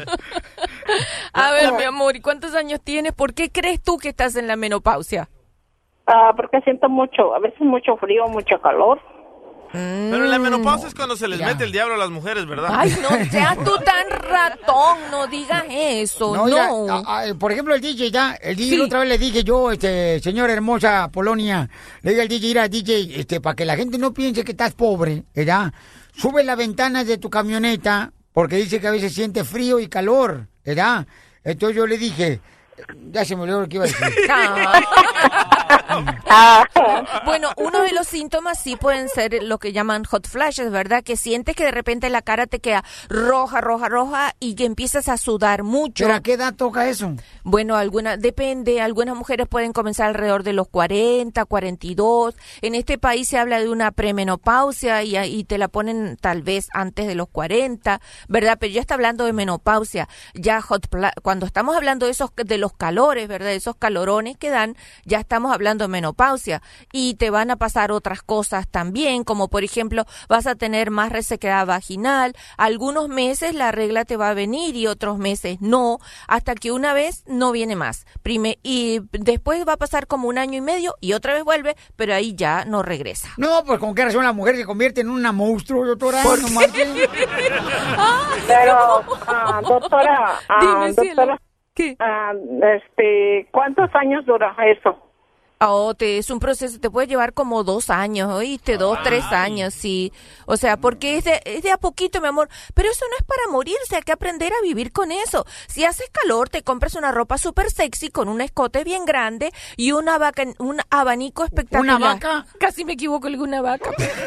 A ver, mi amor, ¿y cuántos años tienes? ¿Por qué crees tú que estás en la menopausia? Porque siento a veces mucho frío, mucho calor. Pero en la menopausia es cuando se les mete el diablo a las mujeres, ¿verdad? Ay, no seas tú tan ratón, no digas eso, no. Mira, por ejemplo, el DJ, sí. Otra vez le dije yo, señora hermosa Polonia, le dije al DJ, mira, DJ, para que la gente no piense que estás pobre, ¿verdad? Sube las ventanas de tu camioneta, porque dice que a veces siente frío y calor, ¿verdad? Entonces yo le dije, ya se me olvidó lo que iba a decir. Bueno, uno de los síntomas sí pueden ser lo que llaman hot flashes, ¿verdad? Que sientes que de repente la cara te queda roja y que empiezas a sudar mucho. ¿Pero a qué edad toca eso? Bueno, depende. Algunas mujeres pueden comenzar alrededor de los 40, 42. En este país se habla de una premenopausia y te la ponen tal vez antes de los 40, ¿verdad? Pero ya está hablando de menopausia. Ya cuando estamos hablando de los calores, ¿verdad? Esos calorones que dan, ya estamos hablando de menopausia. Y te van a pasar otras cosas también, como por ejemplo, vas a tener más resequedad vaginal. Algunos meses la regla te va a venir y otros meses no, hasta que una vez no viene más. Y después va a pasar como 1 año y medio y otra vez vuelve, pero ahí ya no regresa. No, pues con qué razón la mujer se convierte en una monstruo, doctora. ¿Por qué? Pero, doctora, ¿qué? ¿Cuántos años dura eso? Es un proceso, te puede llevar como 2 años, ¿oíste? 2, 3 años, sí. O sea, porque es de a poquito, mi amor. Pero eso no es para morirse, hay que aprender a vivir con eso. Si haces calor, te compras una ropa súper sexy con un escote bien grande y un abanico espectacular. ¿Una vaca? Casi me equivoco, una vaca.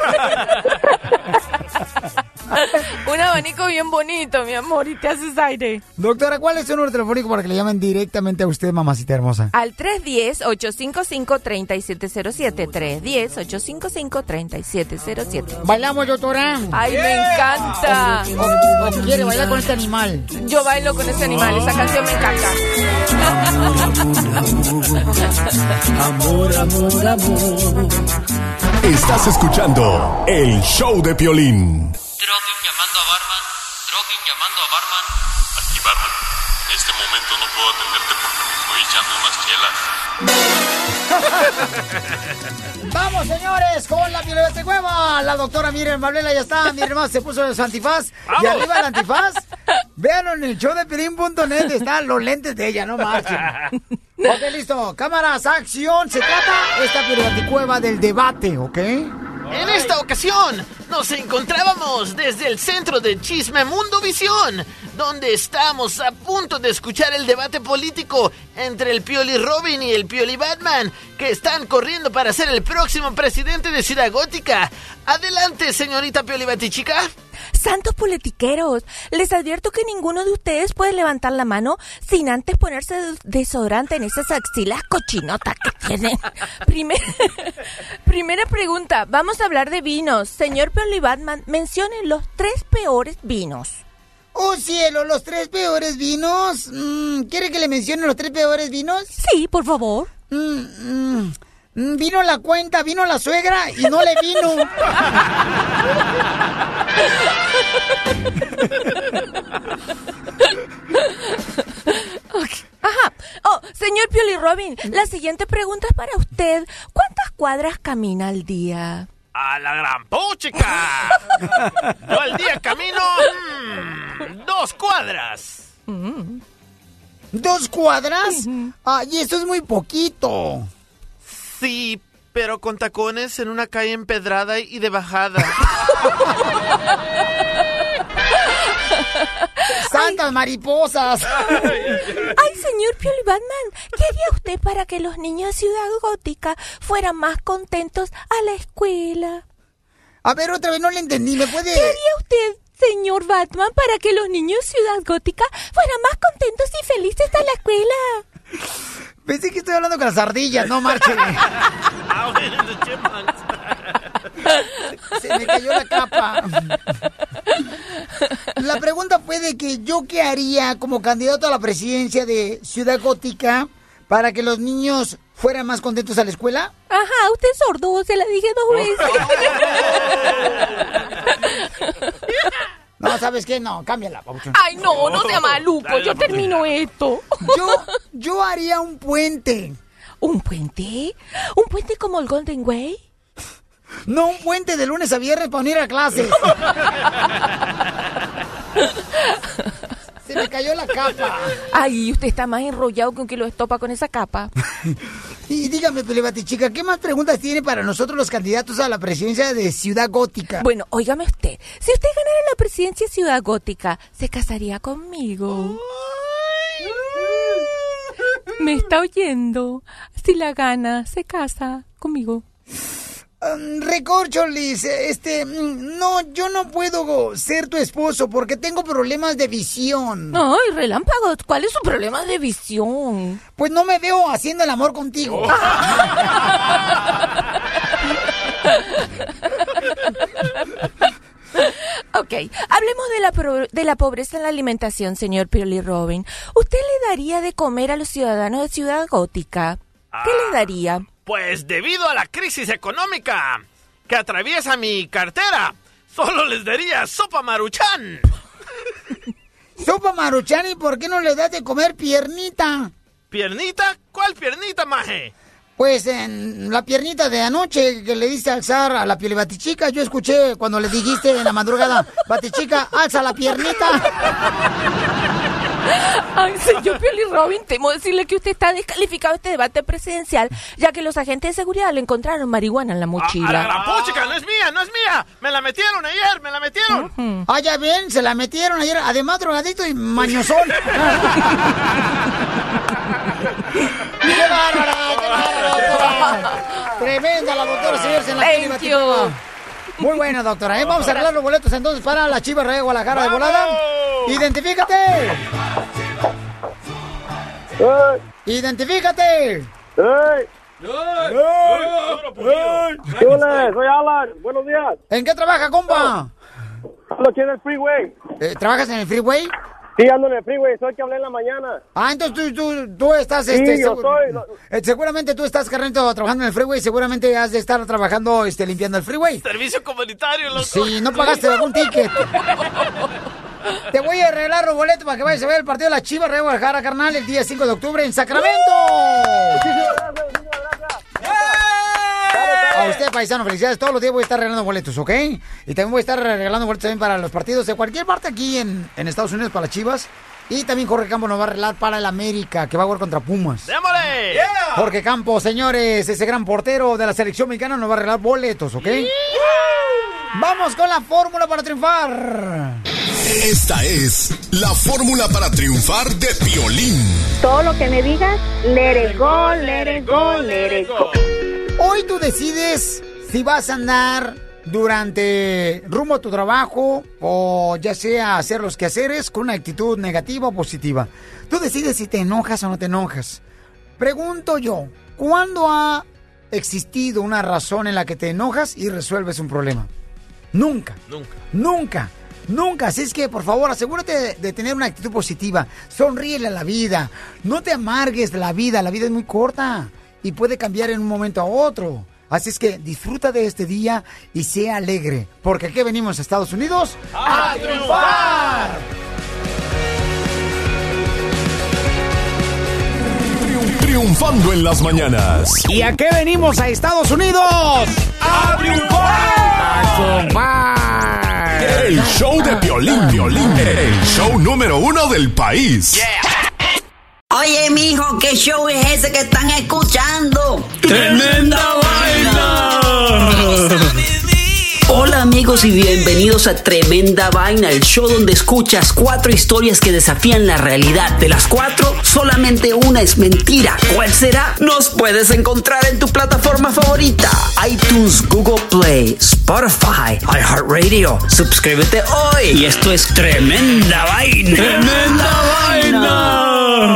Un abanico bien bonito, mi amor, y te haces aire. Doctora, ¿cuál es su número telefónico para que le llamen directamente a usted, mamacita hermosa? Al 310-855-3707. 310-855-3707. ¿Bailamos, doctora? ¡Ay, me encanta! ¿O quiere bailar con este animal? Yo bailo con este animal, esa canción me encanta. Amor, amor, amor. Estás escuchando el show de Piolín. Droguin llamando a Barman. Aquí Barman. En este momento no puedo atenderte porque me estoy echando unas chelas. Vamos, señores, con la Violeta Cueva. La doctora Miriam Valvela ya está. Miren más, se puso su antifaz. ¡Vamos! Y arriba el antifaz. Véanlo en el showdepiolín.net. Están los lentes de ella, no marchen. Ok, listo. Cámaras, acción. Se trata esta Violeta Cueva del debate, ¿ok? En esta ocasión nos encontrábamos desde el centro de Chisme Mundo Visión, donde estamos a punto de escuchar el debate político entre el Pioli Robin y el Pioli Batman, que están corriendo para ser el próximo presidente de Ciudad Gótica. Adelante, señorita Pioli Batichica. Santos politiqueros, les advierto que ninguno de ustedes puede levantar la mano sin antes ponerse desodorante en esas axilas cochinotas que tienen. Primera pregunta, vamos a hablar de vinos. Señor Pioli Batman, mencione los 3 peores vinos. ¡Oh, cielo! ¿Los 3 peores vinos? ¿Quiere que le mencione los 3 peores vinos? Sí, por favor. Vino la cuenta, vino la suegra y no le vino. Okay. Ajá. Oh, señor Pioli Robin, la siguiente pregunta es para usted. ¿Cuántas cuadras camina al día? ¡A la gran puchica! Yo al día camino 2 cuadras. 2 cuadras. Y eso es muy poquito. Sí, pero con tacones en una calle empedrada y de bajada. ¡Santas mariposas! Ay, señor Pioli Batman, ¿qué haría usted para que los niños de Ciudad Gótica fueran más contentos a la escuela? A ver, otra vez no le entendí, ¿me puede...? ¿Qué haría usted, señor Batman, para que los niños de Ciudad Gótica fueran más contentos y felices a la escuela? Pensé que estoy hablando con las ardillas, no marchen. Se me cayó la capa. La pregunta fue de que yo qué haría como candidato a la presidencia de Ciudad Gótica para que los niños fueran más contentos a la escuela. Ajá, usted es sordo, se la dije 2 veces. No, ¿sabes qué? No, cámbiala, papuchón. Ay, no sea maluco, yo termino esto. Yo haría un puente. ¿Un puente? ¿Un puente como el Golden Way? No, un puente de lunes a viernes para ir a clases. Se me cayó la capa. Ay, usted está más enrollado que un kilo de estopa con esa capa. Y dígame, Pelebatichica, ¿qué más preguntas tiene para nosotros los candidatos a la presidencia de Ciudad Gótica? Bueno, óigame usted, si usted ganara la presidencia de Ciudad Gótica, ¿se casaría conmigo? Me está oyendo. Si la gana, se casa conmigo. Recorcholis, no, yo no puedo ser tu esposo porque tengo problemas de visión. Ay, relámpago, ¿cuál es su problema de visión? Pues no me veo haciendo el amor contigo. Ok, hablemos de la pobreza en la alimentación, señor Piolín Robin. ¿Usted le daría de comer a los ciudadanos de Ciudad Gótica? ¿Qué le daría? Pues debido a la crisis económica que atraviesa mi cartera, solo les daría sopa Maruchan. ¿Sopa Maruchan? ¿Y por qué no le das de comer piernita? ¿Piernita? ¿Cuál piernita, maje? Pues en la piernita de anoche que le diste a alzar a la Batichica, yo escuché cuando le dijiste en la madrugada, Batichica, alza la piernita. Ay, señor Piolín Robin, temo decirle que usted está descalificado de este debate presidencial, ya que los agentes de seguridad le encontraron marihuana en la mochila. ¡A la gran puchica! ¡No es mía, no es mía! ¡Me la metieron ayer, me la metieron! Ah, ya ven, se la metieron ayer, además drogadito y mañosón. ¡Qué bárbara, qué bárbara, doctora! Tremenda la doctora, señores, en la clínica. Muy buena, doctora, ¿eh? Vamos a arreglar los boletos entonces para la Chivas Rayadas de Guadalajara de volada. ¡Identifícate! ¡Identifícate! Hola, soy Alan. Buenos días. ¿En qué trabaja, compa? Ando aquí en el freeway. ¿Trabajas en el freeway? Sí, ando en el freeway. Soy el que hablé en la mañana. Ah, entonces tú estás... Sí, yo soy. Seguramente tú estás, Carrento, trabajando en el freeway. Seguramente has de estar trabajando, limpiando el freeway. Servicio comunitario, loco. Sí, no pagaste algún ticket. Te voy a arreglar los boletos para que vayas a ver el partido de la Chivas Rayadas de Guadalajara, carnal, el día 5 de octubre en Sacramento. Muchísimas gracias. A usted, paisano, felicidades. Todos los días voy a estar regalando boletos, ¿ok? Y también voy a estar regalando boletos también para los partidos de cualquier parte aquí en Estados Unidos para las Chivas. Y también Jorge Campos nos va a arreglar para el América, que va a jugar contra Pumas. ¡Démosle! Yeah. Jorge Campos, señores, ese gran portero de la selección mexicana nos va a arreglar boletos, ¿ok? Yeah. Vamos con la fórmula para triunfar. Esta es la fórmula para triunfar de Piolín. Todo lo que me digas, let it go, let it go, let it go. Hoy tú decides si vas a andar rumbo a tu trabajo o ya sea hacer los quehaceres con una actitud negativa o positiva. Tú decides si te enojas o no te enojas. Pregunto yo, ¿cuándo ha existido una razón en la que te enojas y resuelves un problema? Nunca. Así es que, por favor, asegúrate de tener una actitud positiva. Sonríele a la vida. No te amargues de la vida. La vida es muy corta y puede cambiar en un momento a otro. Así es que disfruta de este día y sea alegre. Porque aquí venimos a Estados Unidos ¡a triunfar! Triunfando en las mañanas. ¿Y a qué venimos a Estados Unidos? ¡A triunfar! El show de Piolín. El show número 1 del país. Yeah. Oye, mijo, ¿qué show es ese que están escuchando? ¡Tremenda Vaina! Hola amigos y bienvenidos a Tremenda Vaina, el show donde escuchas 4 historias que desafían la realidad. De las 4, solamente una es mentira. ¿Cuál será? Nos puedes encontrar en tu plataforma favorita: iTunes, Google Play, Spotify, iHeartRadio. Suscríbete hoy. Y esto es Tremenda Vaina. ¡Tremenda Vaina!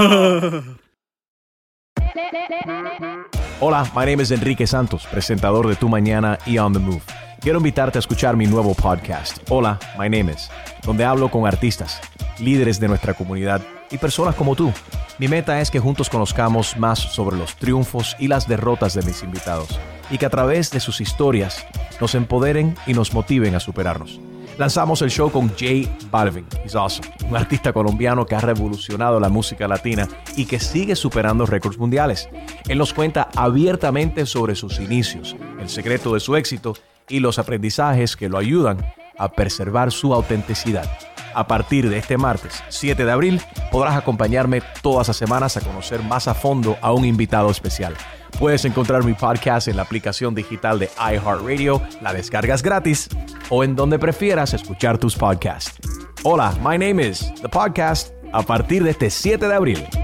Hola, my name is Enrique Santos, presentador de Tu Mañana y On The Move. Quiero invitarte a escuchar mi nuevo podcast, Hola, my name is, donde hablo con artistas, líderes de nuestra comunidad y personas como tú. Mi meta es que juntos conozcamos más sobre los triunfos y las derrotas de mis invitados y que a través de sus historias nos empoderen y nos motiven a superarnos. Lanzamos el show con J Balvin, he's awesome, un artista colombiano que ha revolucionado la música latina y que sigue superando récords mundiales. Él nos cuenta abiertamente sobre sus inicios, el secreto de su éxito y los aprendizajes que lo ayudan a preservar su autenticidad. A partir de este martes, 7 de abril, podrás acompañarme todas las semanas a conocer más a fondo a un invitado especial. Puedes encontrar mi podcast en la aplicación digital de iHeartRadio, la descargas gratis, o en donde prefieras escuchar tus podcasts. Hola, my name is The Podcast, a partir de este 7 de abril.